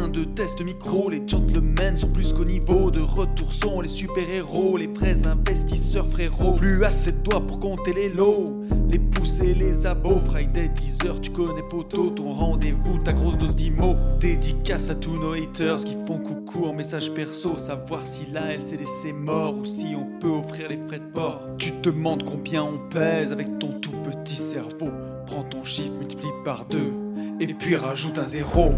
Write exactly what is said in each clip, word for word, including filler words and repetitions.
de test micro, les gentlemen sont plus qu'au niveau. De retour sont les super-héros, les vrais investisseurs frérot. Plus assez de doigts pour compter les lots, les pouces et les abos. Friday dix heures, tu connais poto, ton rendez-vous, ta grosse dose d'imo. Dédicace à tous nos haters qui font coucou en message perso. Savoir si la L C D c'est mort ou si on peut offrir les frais de port. Tu te demandes combien on pèse avec ton tout petit cerveau. Prends ton chiffre, multiplie par deux et puis rajoute un zéro.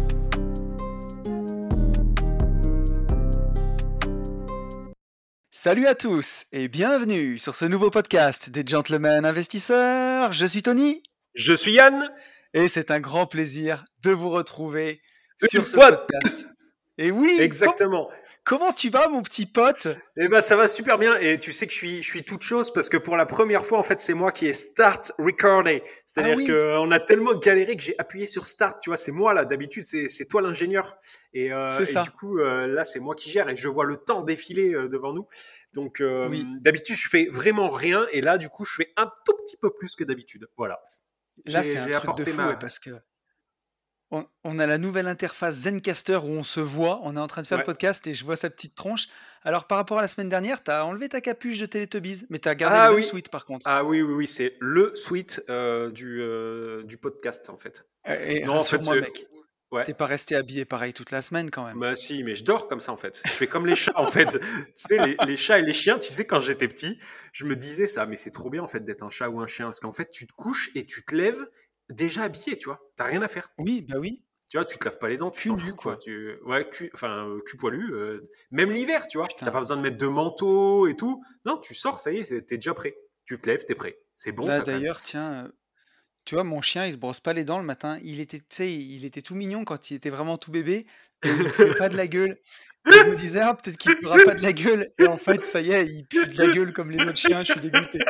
Salut à tous et bienvenue sur ce nouveau podcast des Gentlemen Investisseurs. Je suis Tony. Je suis Yann. Et c'est un grand plaisir de vous retrouver Une sur ce fois de podcast. Et oui, exactement. Com- comment tu vas, mon petit pote ? Eh ben, ça va super bien. Et tu sais que je suis, je suis toute chose parce que pour la première fois, en fait, c'est moi qui ai start recording. C'est-à-dire Ah oui. qu'on a tellement galéré que j'ai appuyé sur start. Tu vois, c'est moi là. D'habitude, c'est, c'est toi l'ingénieur. Et, euh, C'est et ça. du coup, euh, là, c'est moi qui gère et je vois le temps défiler euh, devant nous. Donc, euh, Oui. d'habitude, je fais vraiment rien. Et là, du coup, je fais un tout petit peu plus que d'habitude. Voilà. Là, J'ai, c'est un j'ai truc de apporté fou ma. ouais, parce que on, on a la nouvelle interface Zencaster où on se voit. On est en train de faire Ouais. le podcast et je vois sa petite tronche. Alors, par rapport à la semaine dernière, t'as enlevé ta capuche de Teletubbies, mais t'as gardé Ah le même oui. suite par contre. Ah oui, oui, oui, c'est le suite euh, du, euh, du podcast, en fait. Et, et Non, en fait, rassure-moi, c'est. mec, Ouais. t'es pas resté habillé pareil toute la semaine quand même. Bah si, mais je dors comme ça, en fait. Je fais comme les chats, en fait. Tu sais, les, les chats et les chiens, tu sais, quand j'étais petit, je me disais ça, mais c'est trop bien, en fait, d'être un chat ou un chien. Parce qu'en fait, tu te couches et tu te lèves déjà habillé, tu vois. T'as rien à faire. Oui, bah oui. Tu vois, tu te laves pas les dents, tu Cul t'en nu, fous, quoi. quoi. Tu... Ouais, cul... enfin, euh, cul poilu. euh, Même l'hiver, tu vois. T'as Putain. pas besoin de mettre de manteau et tout. Non, tu sors, ça y est, c'est- t'es déjà prêt. Tu te lèves, t'es prêt. C'est bon, Là, ça, quand même. d'ailleurs, tiens, euh, tu vois, mon chien, il se brosse pas les dents le matin. Il était, tu sais, il était tout mignon quand il était vraiment tout bébé et il puait pas de la gueule. Et je me disais, ah, peut-être qu'il puera pas de la gueule. Et en fait, ça y est, il pue de la gueule comme les autres chiens. Je suis dégoûté.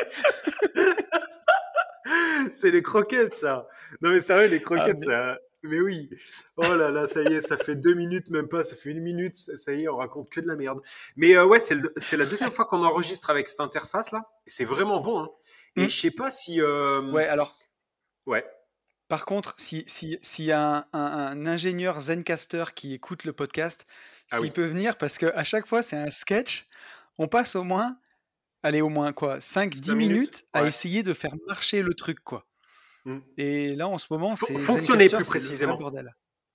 C'est les croquettes, ça. Non, mais sérieux, les Ah, croquettes, mais ça. Mais oui. Oh là là, ça y est, ça fait deux minutes, même pas, ça fait une minute, ça y est, on raconte que de la merde. Mais euh, ouais, c'est, le- c'est la deuxième fois qu'on enregistre avec cette interface-là. C'est vraiment bon, hein. Et hum, je sais pas si. euh, ouais, alors, Ouais, par contre, si, si, s'il y a un, un- un ingénieur Zencaster qui écoute le podcast, ah s'il oui, peut venir, parce que à chaque fois, c'est un sketch, on passe au moins, allez, au moins quoi, cinq cinq dix minutes. minutes à Ouais. essayer de faire marcher le truc, quoi. Hmm. Et là, en ce moment, Fon- c'est fonctionner Zencaster, plus c'est le vrai précisément. bordel.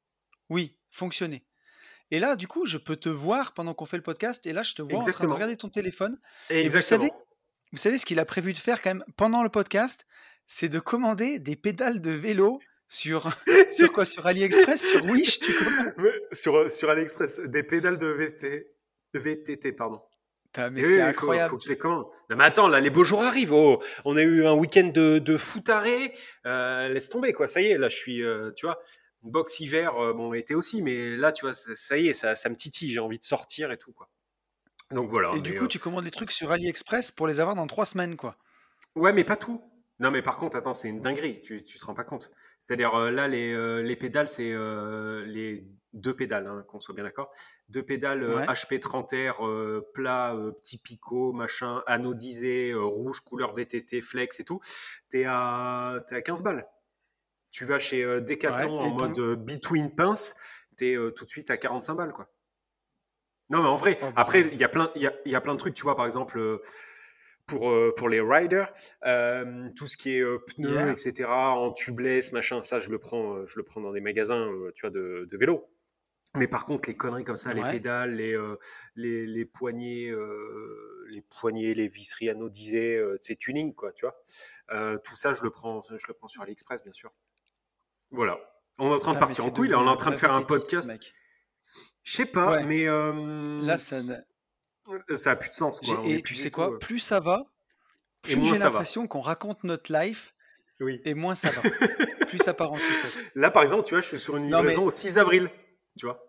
Oui, fonctionner. Et là, du coup, je peux te voir pendant qu'on fait le podcast, et là, je te vois en train de Exactement. regarder ton téléphone. Et vous savez, Exactement. vous savez ce qu'il a prévu de faire quand même pendant le podcast, c'est de commander des pédales de vélo sur, sur quoi? Sur AliExpress, sur Wish, tu commandes. Mais sur, sur AliExpress, des pédales de V T, V T T, pardon. Putain, mais Et c'est oui, il faut, faut incroyable. que je les commande. Non, mais attends, là, les beaux jours arrivent. Oh, on a eu un week-end de, de fou taré. Euh, laisse tomber, quoi. Ça y est, là, je suis, euh, tu vois, box hiver, euh, bon, été aussi, mais là, tu vois, ça, ça y est, ça, ça me titille. J'ai envie de sortir et tout, quoi. Donc voilà, Et du mais coup, euh, tu commandes les trucs sur AliExpress pour les avoir dans trois semaines, quoi. ouais, mais pas tout. Non, mais par contre, attends, c'est une dinguerie. Tu, tu te rends pas compte. C'est-à-dire, euh, là, les, euh, les pédales, c'est euh, les deux pédales, hein, qu'on soit bien d'accord. Deux pédales euh, Ouais. H P trente R, euh, plat, euh, petit picot, machin, anodisé, euh, rouge, couleur V T T, flex et tout. T'es à, t'es à quinze balles. Tu vas chez euh, Ouais. Decathlon en Et mode ton. euh, between pince, t'es euh, tout de suite à quarante-cinq balles, quoi. Non, mais en vrai, Oh après, bordel. il y a plein, il y a, il y a plein de trucs, tu vois, par exemple, euh, pour, euh, pour les riders, euh, tout ce qui est euh, pneus, Yeah. et cetera, en tubeless, machin, ça, je le prends, euh, je le prends dans des magasins, euh, tu vois, de, de vélo. Mais par contre, les conneries comme ça, les Ouais. pédales, les, euh, les, les poignées, euh, les poignées, les visseries anodisées, euh, tu sais, tuning, quoi, tu vois. Euh, tout ça, je le prends, je le prends sur AliExpress, bien sûr. Voilà. On est en train de Putain, mais partir en t'es couille, là, on devenu est en un train de vrai faire un vététiste, podcast. mec. Je sais pas, Ouais. mais euh, Là, ça. ne- ça a plus de sens, quoi. On j'ai- n'est Et plus tu du sais tout. quoi? euh, Plus ça va, Et plus moins j'ai ça va. l'impression qu'on raconte notre life, Oui. et moins ça va. Plus ça part en sucette. Là, par exemple, tu vois, je suis sur une Non, livraison mais. au six avril. Tu vois.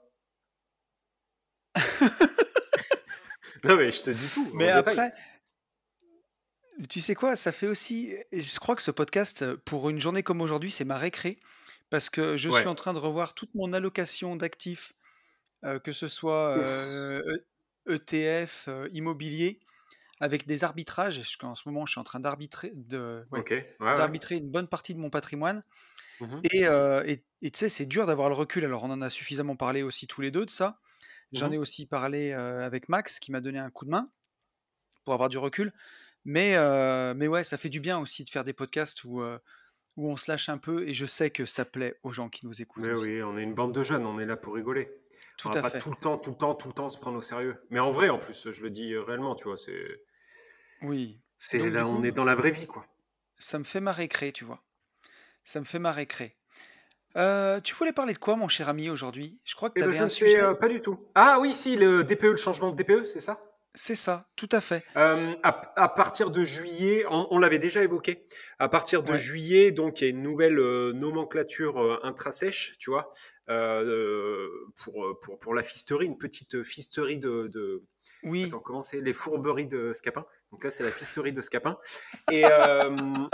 Non, mais je te dis tout Mais en détail. après, tu sais quoi, ça fait aussi. Je crois que ce podcast, euh, pour une journée comme aujourd'hui, c'est ma récré. Parce que je suis Ouais. en train de revoir toute mon allocation d'actifs, euh, que ce soit Ouf. euh, E- ETF, euh, immobilier. avec des arbitrages. Parce qu'en ce moment, je suis en train d'arbitrer, de, ouais, Ok, ouais, ouais. d'arbitrer une bonne partie de mon patrimoine. Mhm, Et euh, et et tu sais, c'est dur d'avoir le recul. Alors, on en a suffisamment parlé aussi tous les deux de ça. J'en ai mhm. aussi parlé euh, avec Max, qui m'a donné un coup de main pour avoir du recul. Mais, euh, mais ouais, ça fait du bien aussi de faire des podcasts où, euh, où on se lâche un peu. Et je sais que ça plaît aux gens qui nous écoutent Mais aussi. oui, on est une bande de jeunes, on est là pour rigoler. On Tout va à pas fait. tout le temps, tout le temps, tout le temps se prendre au sérieux. Mais en vrai, en plus, je le dis euh, réellement, tu vois, c'est, Oui. c'est Donc, du là, on coup, est dans la vraie vie, quoi. ça me fait ma récré, tu vois. Ça me fait ma récré. Euh, tu voulais parler de quoi, mon cher ami, aujourd'hui? Je crois que Eh tu ben, avais je un ne sais euh, sujet. pas du tout. Ah oui, si, le D P E, le changement de D P E, c'est ça? C'est ça, tout à fait. Euh, à, à partir de juillet, on, on l'avait déjà évoqué. À partir de Ouais. juillet, donc il y a une nouvelle euh, nomenclature euh, intrasèche, tu vois, euh, pour, euh, pour, pour la fisterie, une petite fisterie de, de... Oui, Attends, comment c'est? Les fourberies de Scapin. Donc là, c'est la fisterie de Scapin. Et, euh,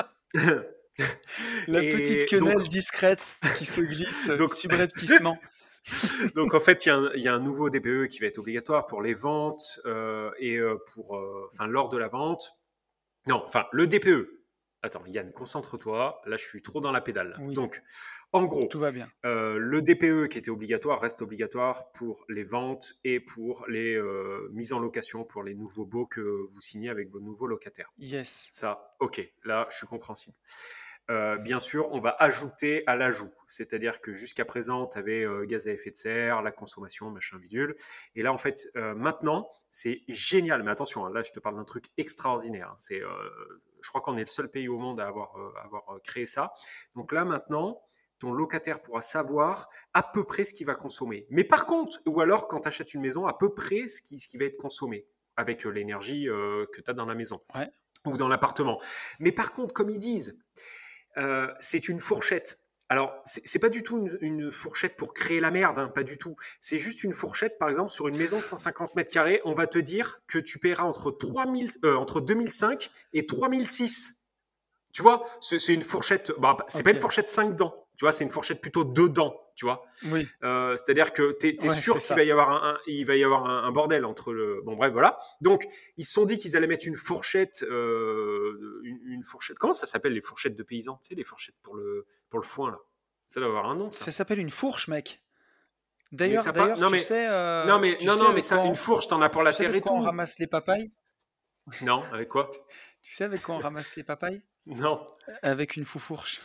la petite et donc, quenelle discrète qui se glisse donc, subrepticement. donc en fait, il y, a un, il y a un nouveau D P E qui va être obligatoire pour les ventes euh, et euh, pour, euh, enfin, lors de la vente. Non, enfin, le D P E. Attends, Yann, concentre-toi. Là, je suis trop dans la pédale. Oui, Donc, en gros, tout va bien. euh, le D P E qui était obligatoire reste obligatoire pour les ventes et pour les euh, mises en location pour les nouveaux baux que vous signez avec vos nouveaux locataires. Yes. Ça, ok, là, je suis compréhensible. Euh, bien sûr, on va ajouter à l'ajout. C'est-à-dire que jusqu'à présent, tu avais euh, gaz à effet de serre, la consommation, machin bidule. Et là, en fait, euh, maintenant, c'est génial. Mais attention, hein, là, je te parle d'un truc extraordinaire. Hein. C'est, euh, je crois qu'on est le seul pays au monde à avoir, euh, avoir euh, créé ça. Donc là, maintenant, ton locataire pourra savoir à peu près ce qu'il va consommer. Mais par contre, ou alors quand tu achètes une maison, à peu près ce qui, ce qui va être consommé avec euh, l'énergie euh, que tu as dans la maison Ouais. ou dans l'appartement. Mais par contre, comme ils disent, euh, c'est une fourchette. Alors, c'est c'est pas du tout une, une fourchette pour créer la merde, hein, pas du tout. C'est juste une fourchette, par exemple, sur une maison de cent cinquante mètres carrés, on va te dire que tu paieras entre, trois mille, euh, entre deux mille cinq et trois mille six. Tu vois, c'est c'est une fourchette, bah, c'est pas Ok. une fourchette cinq dents, tu vois, c'est une fourchette plutôt deux dents, tu vois. Oui. Euh, c'est-à-dire que tu es Ouais, c'est sûr qu'il va ça. y avoir un, un- il va y avoir un, un bordel entre le. Bon, bref, voilà. Donc, ils se sont dit qu'ils allaient mettre une fourchette, euh, une, une fourchette. Comment ça s'appelle les fourchettes de paysans? Tu sais, les fourchettes pour le, pour le foin, là. Ça doit avoir un nom, Ça ça. s'appelle une fourche, mec. Mais D'ailleurs, ça pas. d'ailleurs, Non, tu mais. sais, Non, euh, mais, tu non, sais non, mais avec ça, quoi une on, fourche, t'en as pour tu la sais terre avec et quoi on tout. ramasse les papayes? Non, avec quoi? Tu sais avec quoi on ramasse les papayes? Non. Avec une foufourche.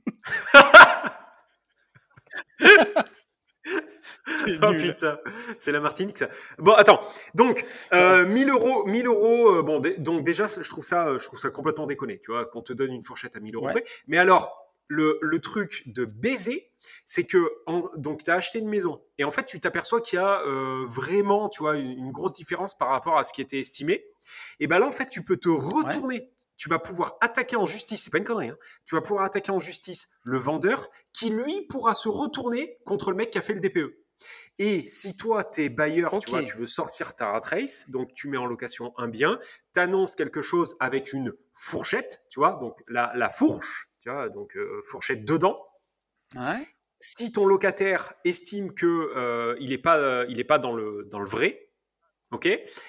C'est Oh nul. putain, c'est la Martinique ça. Bon, attends. Donc, Ouais. euh, mille euros, mille euros. euh, bon, dé- donc déjà, je trouve ça, euh, je trouve ça complètement déconné, tu vois, qu'on te donne une fourchette à mille euros Ouais. près. Mais alors, le, le truc de baiser, c'est que en- donc tu as acheté une maison et en fait, tu t'aperçois qu'il y a euh, vraiment, tu vois, une, une grosse différence par rapport à ce qui était estimé. Et ben là, en fait, tu peux te Ouais. retourner. Tu vas pouvoir attaquer en justice, c'est pas une connerie, hein. Tu vas pouvoir attaquer en justice le vendeur qui, lui, pourra se retourner contre le mec qui a fait le D P E. Et si toi, tu es bailleur, tu Ok. vois, tu veux sortir ta rat race, donc tu mets en location un bien, tu annonces quelque chose avec une fourchette, tu vois, donc la, la fourche, tu vois, donc euh, fourchette dedans. Ouais. Si ton locataire estime que euh, il n'est pas, euh, il est pas dans le, dans le vrai, ok,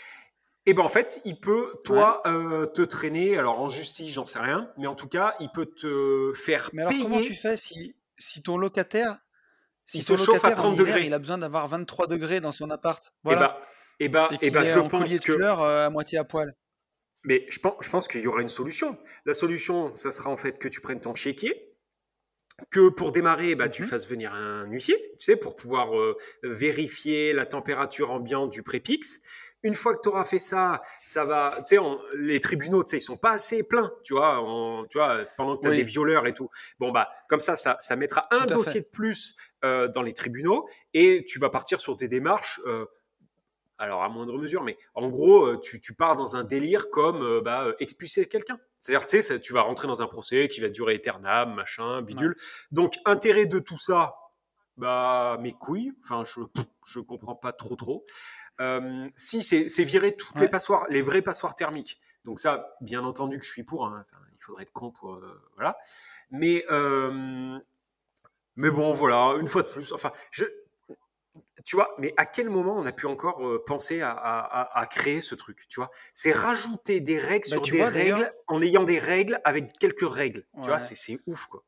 et ben en fait, il peut, Ouais. toi, euh, te traîner, alors en justice, j'en sais rien, mais en tout cas, il peut te faire Mais alors, comment tu payer, fais si, si ton locataire, il si se ton chauffe à locataire en trente hiver, il a degrés. besoin d'avoir vingt-trois degrés dans son appart, Et voilà, ben, et ben, et et qu'il ben, est je en collier pense de que fleurs euh, à moitié à poil. Mais je pense, je pense qu'il y aura une solution. La solution, ça sera en fait que tu prennes ton chéquier, que pour démarrer, bah, tu Mhm. fasses venir un huissier, tu sais, pour pouvoir euh, vérifier la température ambiante du prépix. Une fois que tu auras fait ça, ça va, tu sais, on- les tribunaux, tu sais, ils sont pas assez pleins, tu vois, on- tu vois, pendant que tu as des Oui, violeurs et tout. Bon, bah, comme ça, ça, ça mettra un tout à dossier fait. de plus euh, dans les tribunaux et tu vas partir sur tes démarches euh, alors à moindre mesure, mais en gros, euh, tu, tu pars dans un délire comme euh, bah, euh, expulser quelqu'un. C'est-à-dire, tu sais, ça- tu vas rentrer dans un procès qui va durer éternam, machin, Ouais. bidule. Donc, intérêt de tout ça, bah, mes couilles. Enfin, je, pff, je comprends pas trop, trop. Euh, si, c'est c'est virer toutes les Ouais. passoires, les vraies passoires thermiques. Donc ça, bien entendu que je suis pour. Hein. Enfin, il faudrait être con pour, euh, voilà. Mais, euh, mais bon, voilà, une fois de plus. Enfin, je, tu vois, mais à quel moment on a pu encore euh, penser à, à- à- à créer ce truc, tu vois? C'est rajouter des règles Bah, sur tu des vois d'ailleurs, règles en ayant des règles avec quelques règles. Tu vois, ouais. c'est c'est ouf, quoi.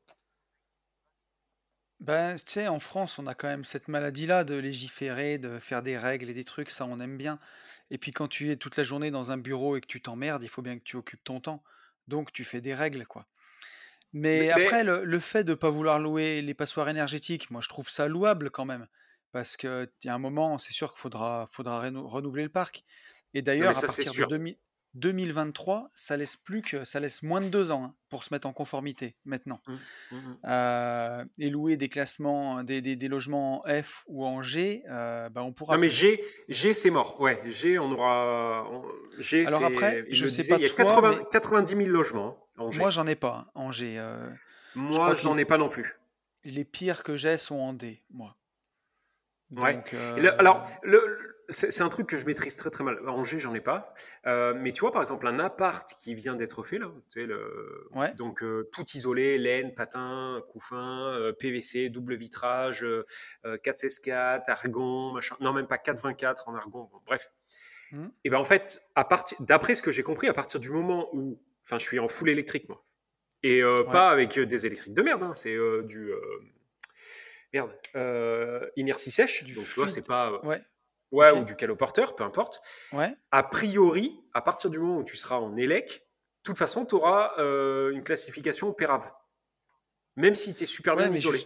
Ben, tu sais, en France, on a quand même cette maladie-là de légiférer, de faire des règles et des trucs, ça on aime bien. Et puis quand tu es toute la journée dans un bureau et que tu t'emmerdes, il faut bien que tu occupes ton temps. Donc tu fais des règles, quoi. Mais, Mais mais- après, le, le fait de ne pas vouloir louer les passoires énergétiques, moi je trouve ça louable quand même. Parce qu'il y a un moment, c'est sûr qu'il faudra, faudra réno- renouveler le parc. Et non, mais d'ailleurs, à ça, c'est partir de sûr. deux mille deux mille vingt-trois, ça laisse plus que ça laisse moins de deux ans hein, pour se mettre en conformité maintenant. Hum, hum, hum. Euh, et louer des classements, des, des- des logements en F ou en G, euh, bah, on Non, pourra mais plus. G, G c'est mort. Ouais, G, on aura. on- G, Alors après, c'est. Il je le sais disait, pas il y a toi, quatre-vingts, mais quatre-vingt-dix mille logements hein, en moi G. j'en ai pas hein, en G. euh, je Moi, crois que j'en les, ai pas non plus. les pires que j'ai sont en D, moi. Ouais. Donc, Et le- euh, alors, le, le- c'est c'est un truc que je maîtrise très très mal. Angers, j'en ai pas. Euh, mais tu vois, par exemple, un appart qui vient d'être fait, là, tu sais, le, ouais. donc euh, tout isolé, laine, patin, couffin, euh, P V C, double vitrage, euh, euh, quatre seize quatre, argon, machin. Non, même pas quatre vingt-quatre en argon. Bon, bref. Hmm. Et ben en fait, à partir, d'après ce que j'ai compris, à partir du moment où, enfin, je suis en full électrique, moi. Et euh, Ouais. pas avec euh, des électriques de merde, hein, c'est euh, du. euh, merde. euh, inertie sèche. Du Donc, tu vois, fluide. c'est pas. euh, Ouais. Ouais, Ok. ou du caloporteur, peu importe. Ouais. A priori, à partir du moment où tu seras en élec, de toute façon, tu auras euh, une classification P E R A V. Même si tu es super Ouais, bien mais isolé. juste.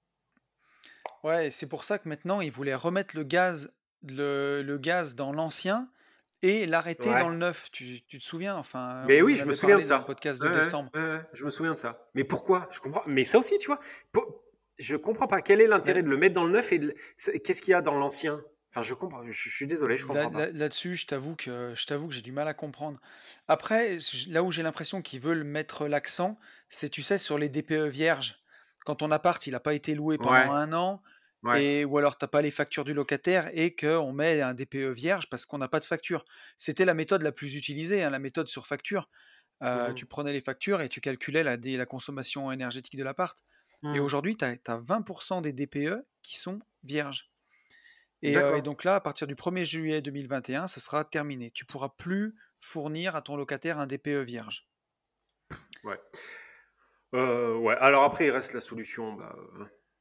Ouais, c'est pour ça que maintenant ils voulaient remettre le gaz, le, le gaz dans l'ancien et l'arrêter dans Ouais. le neuf. Tu, tu te souviens? Enfin, Mais on oui, en je me avait souviens de parlé dans le ça. podcast de Ouais, ouais, décembre. ouais, ouais, je me souviens de ça. Mais pourquoi? Je comprends. Mais ça aussi, tu vois, po- je comprends pas. Quel est l'intérêt Ben, de le mettre dans le neuf et de- c'est- qu'est-ce qu'il y a dans l'ancien? Enfin, je comprends. Je, je suis désolé, je Là, comprends là- pas. là-dessus, je t'avoue que je t'avoue que j'ai du mal à comprendre. Après, j- là où j'ai l'impression qu'ils veulent mettre l'accent, c'est, tu sais, sur les D P E vierges. Quand ton appart, il n'a pas été loué pendant Ouais, un an, ouais. et ou alors t'as pas les factures du locataire et qu'on met un D P E vierge parce qu'on n'a pas de facture. C'était la méthode la plus utilisée, hein, la méthode sur facture. Euh, tu Mhm. prenais les factures et tu calculais la, dé- la consommation énergétique de l'appart. Et Mhm. aujourd'hui, tu as, vingt pour cent des D P E qui sont vierges. Et, euh, et D'accord. donc là, à partir du premier juillet deux mille vingt et un, ça sera terminé. Tu pourras plus fournir à ton locataire un D P E vierge. Ouais. Euh, ouais. Alors après, il reste la solution. Bah, euh,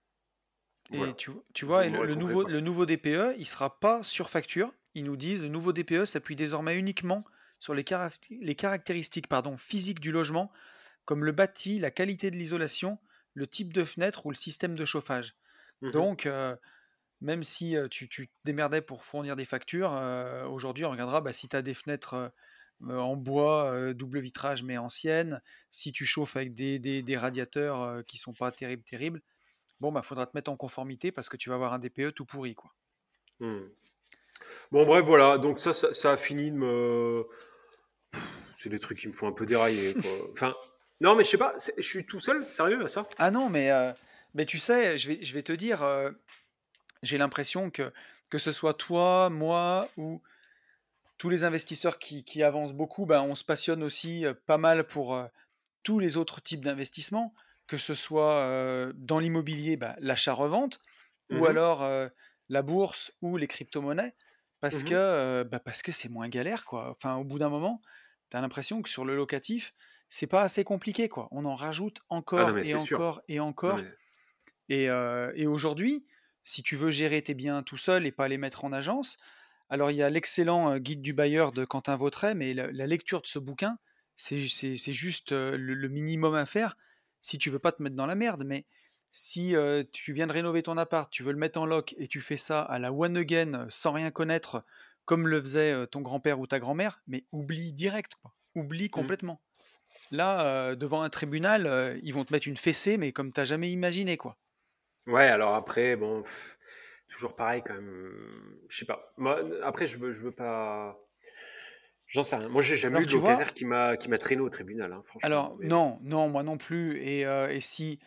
Et voilà. tu, tu Vous vois, et le, m'aurez le compris nouveau, quoi. le nouveau D P E, il sera pas sur facture. Ils nous disent le nouveau D P E s'appuie désormais uniquement sur les, carasti- les caractéristiques pardon, physiques du logement, comme le bâti, la qualité de l'isolation, le type de fenêtre ou le système de chauffage. Mhm. Donc, euh, même si euh, tu, tu te démerdais pour fournir des factures, euh, aujourd'hui on regardera bah, si tu as des fenêtres euh, euh, en bois, euh, double vitrage mais anciennes, si tu chauffes avec des, des- des radiateurs euh, qui sont pas terribles, terribles, bon bah faudra te mettre en conformité parce que tu vas avoir un D P E tout pourri quoi. Mhm. Bon, bref, voilà. Donc ça, ça, ça a fini de me. C'est des trucs qui me font un peu dérailler, quoi. Enfin, non, mais je sais pas. c'est- Je suis tout seul, sérieux à ça? Ah non mais, euh, mais tu sais, je vais, je vais te dire, euh, j'ai l'impression que que ce soit toi, moi ou tous les investisseurs qui, qui avancent beaucoup, ben, on se passionne aussi euh, pas mal pour, euh, tous les autres types d'investissements, que ce soit euh, dans l'immobilier, bah, l'achat-revente, ou Mhm. alors euh, la bourse ou les crypto-monnaies, parce que Mhm. euh, bah, parce que c'est moins galère, quoi. Enfin, au bout d'un moment, tu as l'impression que sur le locatif, c'est pas assez compliqué, quoi. On en rajoute Ah non, encore mais et c'est sûr. encore et Non, encore. mais... Et, euh, et aujourd'hui, si tu veux gérer tes biens tout seul et pas les mettre en agence, alors il y a l'excellent euh, guide du bailleur de Quentin Vautret, mais la, la lecture de ce bouquin, c'est c'est- c'est juste euh, le, le minimum à faire si tu veux pas te mettre dans la merde. Mais si euh, tu viens de rénover ton appart, tu veux le mettre en loc et tu fais ça à la one again euh, sans rien connaître, comme le faisait euh, ton grand-père ou ta grand-mère, mais oublie direct, quoi. Oublie Mhm. complètement. Là, euh, devant un tribunal, euh, ils vont te mettre une fessée, mais comme t'as jamais imaginé, quoi. Ouais, alors après, bon, pff, toujours pareil quand même. Je sais pas. Moi, après, je veux, je veux pas. J'en sais rien. Moi, j'ai jamais Alors eu de tu vois, locataire qui m'a qui m'a traîné au tribunal, hein, franchement. alors Mais non, non, moi non plus. Et, euh, et si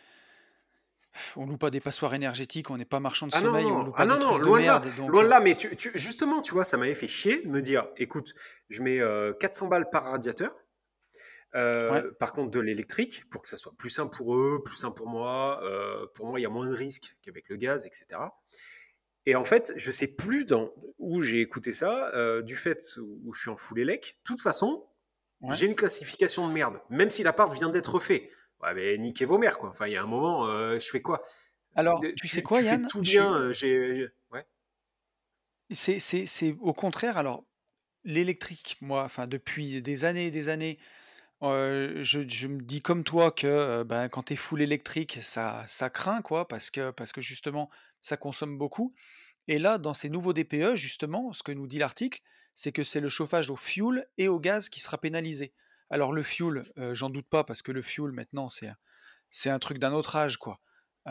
on loue pas des passoires énergétiques, on n'est pas marchand de ah non, sommeil, on non, loue ah pas des non, non, trucs de loin de là, merde. Donc, loin de euh, là. Mais tu, tu- justement, tu vois, ça m'avait fait chier de me dire, écoute, je mets euh, quatre cents balles par radiateur. ouais, Euh, par contre, de l'électrique, pour que ça soit plus simple pour eux, plus simple pour moi. Euh, pour moi, il y a moins de risques qu'avec le gaz, et cetera. Et en fait, je sais plus dans, où j'ai écouté ça, euh, du fait où je suis en full élec. De toute façon, Ouais. j'ai une classification de merde, même si l'appart vient d'être fait. Ouais, mais niquez vos mères, quoi. Enfin, il y a un moment, euh, je fais quoi? Alors, De- tu sais tu, quoi, tu fais Yann? tout Je, bien, euh, j'ai... Ouais. c'est, c'est, c'est au contraire. Alors, l'électrique, moi, enfin, depuis des années et des années, euh, je, je me dis comme toi que euh, ben, quand t'es full électrique, ça, ça craint, quoi, parce que, parce que justement, ça consomme beaucoup. Et là, dans ces nouveaux D P E, justement, ce que nous dit l'article, c'est que c'est le chauffage au fioul et au gaz qui sera pénalisé. Alors, le fioul, euh, j'en doute pas, parce que le fioul, maintenant, c'est un- c'est un truc d'un autre âge, quoi.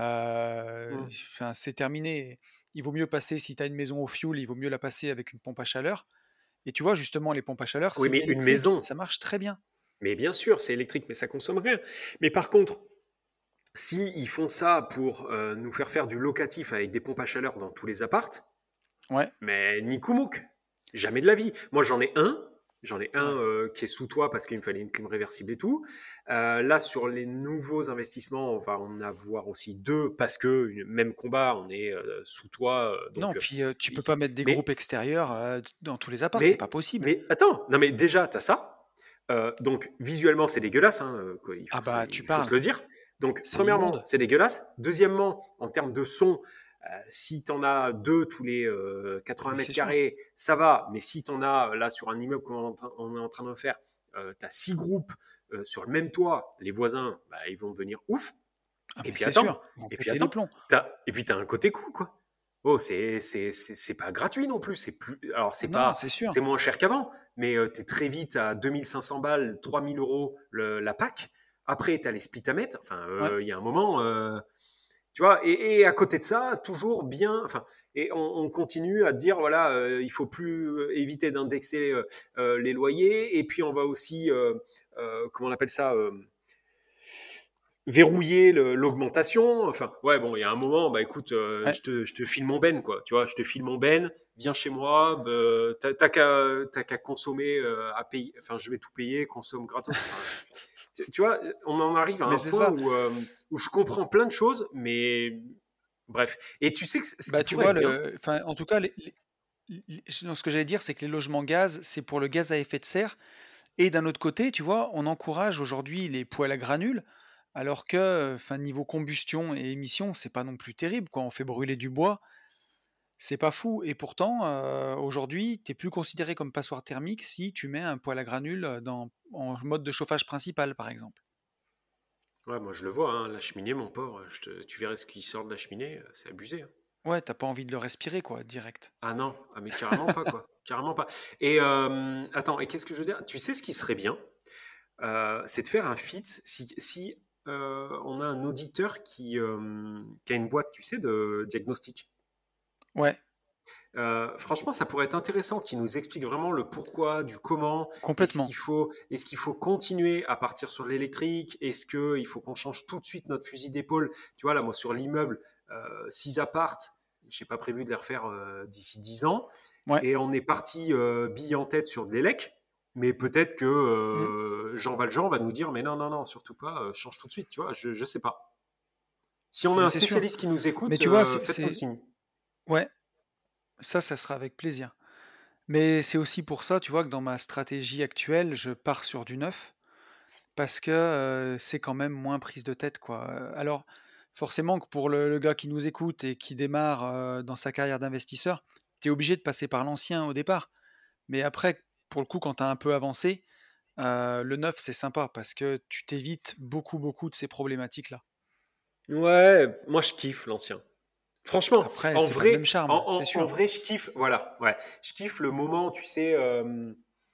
Euh, Hmm. enfin, c'est terminé. Il vaut mieux passer, si tu as une maison au fioul, il vaut mieux la passer avec une pompe à chaleur. Et tu vois, justement, les pompes à chaleur, Oui, c'est mais une électrique, maison. ça marche très bien. Mais bien sûr, c'est électrique, mais ça consomme rien. Mais par contre, si ils font ça pour euh, nous faire faire du locatif avec des pompes à chaleur dans tous les appartes, Ouais, mais ni Kumouk. Jamais de la vie. Moi, j'en ai un. J'en ai un ouais. euh, qui est sous toit parce qu'il me fallait une clim réversible et tout. Euh, là, sur les nouveaux investissements, on va en avoir aussi deux parce que même combat, on est euh, sous toit. Euh, Non, donc, euh, puis euh, tu peux pas mettre des groupes mais, extérieurs euh, dans tous les apparts, c'est pas mais, possible. mais attends, non mais déjà, tu as ça. Euh, donc, visuellement, c'est dégueulasse. Hein, euh, quoi, il, Ah faut se, bah, tu il faut se parles, le dire. Donc, c'est premièrement, immonde. c'est dégueulasse. Deuxièmement, en termes de son, euh, si tu en as deux tous les euh, Ah quatre-vingts mais mètres c'est sûr. carrés, ça va. Mais si tu en as là sur un immeuble qu'on est on est en train de faire, euh, tu as six groupes euh, sur le même toit, les voisins, bah, ils vont devenir ouf. Ah Et mais puis c'est attends, sûr, ils vont et puis péter les attends, plombs. t'as, et puis t'as un côté coût, quoi. Oh, c'est, c'est, c'est, c'est pas gratuit non plus. C'est plus, alors c'est Non, pas, c'est sûr. c'est moins cher qu'avant, mais euh, t'es très vite à deux mille cinq cents balles, trois mille euros le, la pack. Après, t'as les split à mettre. Enfin, il Ouais. euh, y a un moment, euh, tu vois. Et, et, à côté de ça, toujours bien. Enfin, et on, on continue à dire voilà, euh, il faut plus éviter d'indexer euh, euh, les loyers. Et puis on va aussi, euh, euh, comment on appelle ça? Euh, verrouiller le- l'augmentation. Enfin, ouais, bon, il y a un moment, bah écoute, euh, Ouais. je, te, je te file mon ben, quoi. Tu vois, je te file mon ben, viens chez moi, bah, t'as t'as qu'à t'as qu'à consommer, euh, à payer. Enfin, je vais tout payer, consomme gratos. Enfin, tu, tu vois, on en arrive à Mais un c'est point ça. où, euh, où je comprends plein de choses, mais bref. Et tu sais que ce qui Bah tu pourrait vois, être bien, le, enfin, en tout cas, les, les- les- non, ce que j'allais dire, c'est que les logements gaz, c'est pour le gaz à effet de serre. Et d'un autre côté, tu vois, on encourage aujourd'hui les poêles à granules, alors que, enfin, niveau combustion et émissions, c'est pas non plus terrible, quoi. On fait brûler du bois, c'est pas fou. Et pourtant, euh, aujourd'hui, t'es plus considéré comme passoire thermique si tu mets un poêle à granules dans, en mode de chauffage principal, par exemple. ouais, moi je le vois, hein, la cheminée, mon pauvre, je te- tu verrais ce qui sort de la cheminée, euh, c'est abusé. Hein. Ouais, t'as pas envie de le respirer, quoi, direct. Ah non, ah mais carrément pas quoi, carrément pas. Et euh, attends, et qu'est-ce que je veux dire? Tu sais ce qui serait bien, Euh, c'est de faire un fit. Si, si euh, on a un auditeur qui, euh, qui a une boîte, tu sais, de diagnostic. Ouais, Euh, franchement, ça pourrait être intéressant qui nous explique vraiment le pourquoi, du comment. Est-ce complètement. qu'il faut, est-ce qu'il faut continuer à partir sur l'électrique? Est-ce qu'il faut qu'on change tout de suite notre fusil d'épaule? Tu vois, là, moi, sur l'immeuble, euh, six appartes, j'ai pas prévu de les refaire euh, d'ici dix ans. Ouais. Et on est parti euh, bille en tête sur de l'élec. Mais peut-être que Mm. euh, Jean Valjean va nous dire, mais non, non, non, surtout pas, euh, change tout de suite, tu vois, je, je sais pas. Si on a Mais un c'est sûr. spécialiste qui nous Mais écoute, tu vois, euh, c'est, faites-nous le c'est- signe. ouais, ça, ça sera avec plaisir. Mais c'est aussi pour ça, tu vois, que dans ma stratégie actuelle, je pars sur du neuf, parce que euh, c'est quand même moins prise de tête, quoi. Euh, Alors, forcément que pour le, le gars qui nous écoute et qui démarre euh, dans sa carrière d'investisseur, t'es obligé de passer par l'ancien au départ. Mais après, pour le coup, quand t'as un peu avancé, euh, le neuf, c'est sympa, parce que tu t'évites beaucoup, beaucoup de ces problématiques-là. Ouais, moi je kiffe l'ancien. Franchement, Après, en c'est pas le vrai, même en, charme, c'est en- en sûr. vrai, je kiffe. Voilà, ouais, je kiffe le moment, tu sais. euh,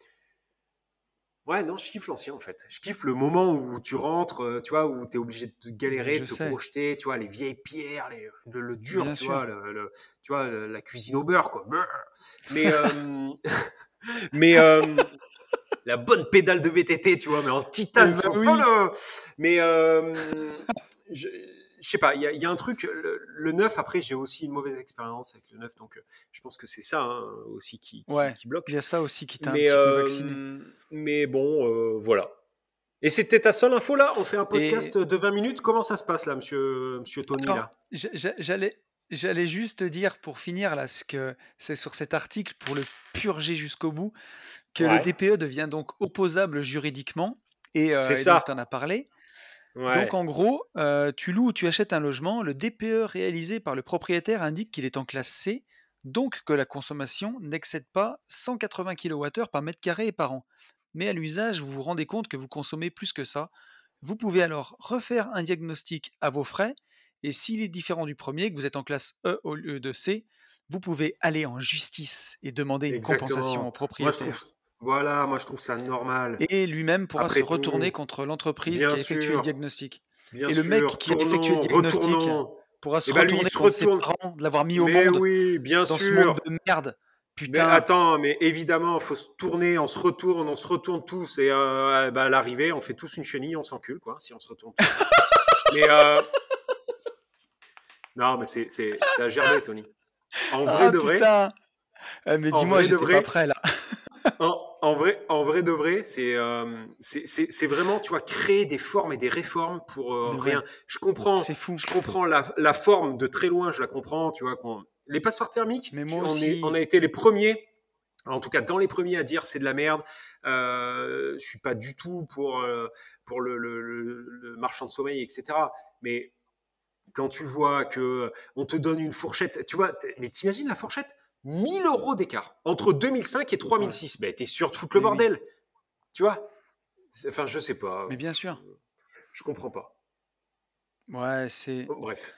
Ouais, non, je kiffe l'ancien en fait. Je kiffe le moment où tu rentres, euh, tu vois, où tu es obligé de Mais galérer, je de te sais, projeter, tu vois, les vieilles pierres, les- le, le dur, bien tu sûr. vois, le, le- tu vois, le- la cuisine au beurre, quoi. Brrr. Mais, euh, mais euh, la bonne pédale de V T T, tu vois, mais en Eh titane, ben faut pas oui. le. Mais euh, je, je sais pas, il y, a- il y a un truc, le, le neuf, après, j'ai aussi une mauvaise expérience avec le neuf, donc euh, je pense que c'est ça hein, aussi qui, qui, Ouais, qui il bloque. y a ça aussi qui t'a un Mais, petit peu vacciné. euh, mais bon, euh, voilà. Et c'était ta seule info là? On fait un Et podcast de vingt minutes. Comment ça se passe là, monsieur, monsieur Tony alors, là? j'a- j'a- j'allais, j'allais juste te dire pour finir là, ce que c'est sur cet article pour le purger jusqu'au bout, que le Ouais, D P E devient donc opposable juridiquement et, c'est euh, et donc ça. tu en as parlé. Donc Ouais, en gros, euh, tu loues ou tu achètes un logement, le D P E réalisé par le propriétaire indique qu'il est en classe C, donc que la consommation n'excède pas cent quatre-vingts kilowattheures par mètre carré et par an. Mais à l'usage, vous vous rendez compte que vous consommez plus que ça. Vous pouvez alors refaire un diagnostic à vos frais, et s'il est différent du premier, que vous êtes en classe E au lieu de C, vous pouvez aller en justice et demander une compensation au exactement. Moi, je trouve, propriétaire. voilà, moi, je trouve ça normal. Et lui-même pourra se Après retourner tout, contre l'entreprise qui bien a effectué le sûr, diagnostic. bien Et le mec sûr, qui a effectué le tournons, diagnostic retournons. pourra Et se ben lui, il retourner se contre ses retourne. parents de l'avoir mis au Mais monde oui, bien dans ce monde sûr. de merde. Mais Putain. attends, mais évidemment, faut se tourner, on se retourne, on se retourne tous, et euh, bah, à l'arrivée, on fait tous une chenille, on s'encule, quoi, si on se retourne tous. Mais euh, non, mais c'est c'est c'est à gerber, Tony. En vrai Ah de vrai, putain. Ah, mais en dis-moi, vrai de j'étais pas vrai, prêt là. en, en vrai, en vrai de vrai, c'est euh, c'est c'est- c'est vraiment, tu vois, créer des formes et des réformes pour euh, Mais rien. ouais, Je comprends, c'est fou. je comprends la, la forme de très loin, je la comprends, tu vois. Qu'on... Les passoires thermiques, Mais je- moi on est, on a aussi. été les premiers, en tout cas dans les premiers à dire c'est de la merde. Euh, je suis pas du tout pour euh, pour le, le, le, le marchand de sommeil, et cetera. Mais quand tu vois que on te donne une fourchette, tu vois, t- mais t'imagines la fourchette, mille euros d'écart entre deux mille cinq et Ouais. trois mille six. Ben, t'es sûr de foutre le Mais oui. bordel, tu vois. C'est- Enfin, je sais pas, Mais bien sûr. je comprends pas. Ouais, c'est. Oh, bref,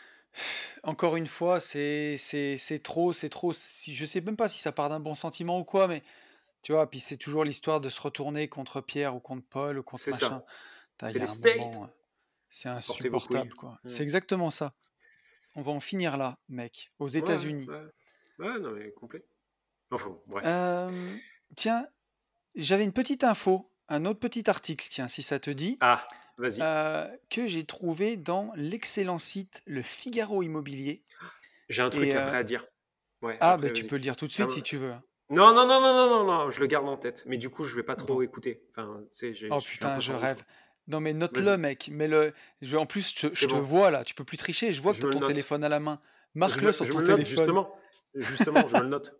Encore une fois, c'est c'est c'est trop, c'est trop. Si, je sais même pas si ça part d'un bon sentiment ou quoi, mais tu vois, puis c'est toujours l'histoire de se retourner contre Pierre ou contre Paul ou contre c'est machin. ça. Putain, il C'est y les a un States. moment, euh, c'est Portez vos couilles. insupportable, quoi. Hmm. C'est exactement ça. On va en finir là, mec, aux Ouais, États-Unis. ouais, ouais, non mais complet. Enfin, bref. Euh, tiens, j'avais une petite info, un autre petit article, tiens, si ça te dit, Ah, vas-y. euh, que j'ai trouvé dans l'excellent site Le Figaro Immobilier. J'ai un Et truc euh, après à dire. Ouais, ah, ben après, tu vas-y. peux le dire tout de Ça suite me- si tu veux, hein. Non, non, non, non, non, non, non, je le garde en tête. Mais du coup, je vais pas trop Bon. écouter. Enfin, tu sais, j'ai- Oh je suis un putain, peu je farouche, rêve. moi. Non mais note-le, Vas-y, mec. Mais le, je- en plus, je te, c'est je te bon. vois là. Tu peux plus tricher. Je vois que Je tu as me le ton note. téléphone à la main. Je Marque-le me, sur je ton me le note, téléphone. justement. Justement, je me le note.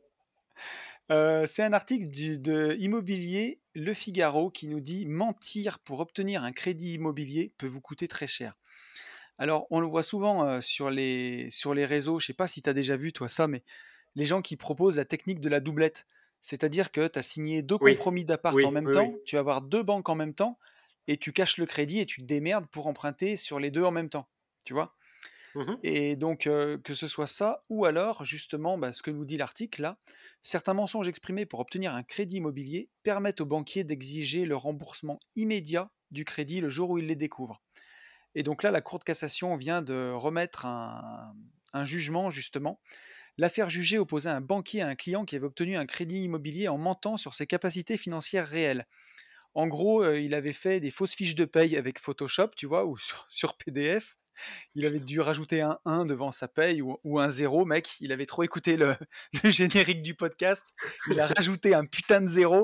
Euh, c'est un article du, de Immobilier Le Figaro qui nous dit mentir pour obtenir un crédit immobilier peut vous coûter très cher. Alors, on le voit souvent euh, sur les, sur les réseaux. Je sais pas si tu as déjà vu toi ça, mais les gens qui proposent la technique de la doublette. C'est-à-dire que tu as signé deux Oui, compromis d'appart en oui, même oui, oui. temps, tu vas avoir deux banques en même temps, et tu caches le crédit et tu te démerdes pour emprunter sur les deux en même temps. Tu vois? Mhm. Et donc, euh, que ce soit ça, ou alors, justement, bah, ce que nous dit l'article là, certains mensonges exprimés pour obtenir un crédit immobilier permettent aux banquiers d'exiger le remboursement immédiat du crédit le jour où ils les découvrent. Et donc là, la Cour de cassation vient de remettre un, un jugement, justement. L'affaire jugée opposait un banquier à un client qui avait obtenu un crédit immobilier en mentant sur ses capacités financières réelles. En gros, euh, il avait fait des fausses fiches de paye avec Photoshop, tu vois, ou sur, sur P D F. Il avait Putain. dû rajouter un un devant sa paye ou, ou un zéro, mec. Il avait trop écouté le, le générique du podcast. Il a rajouté un putain de zéro.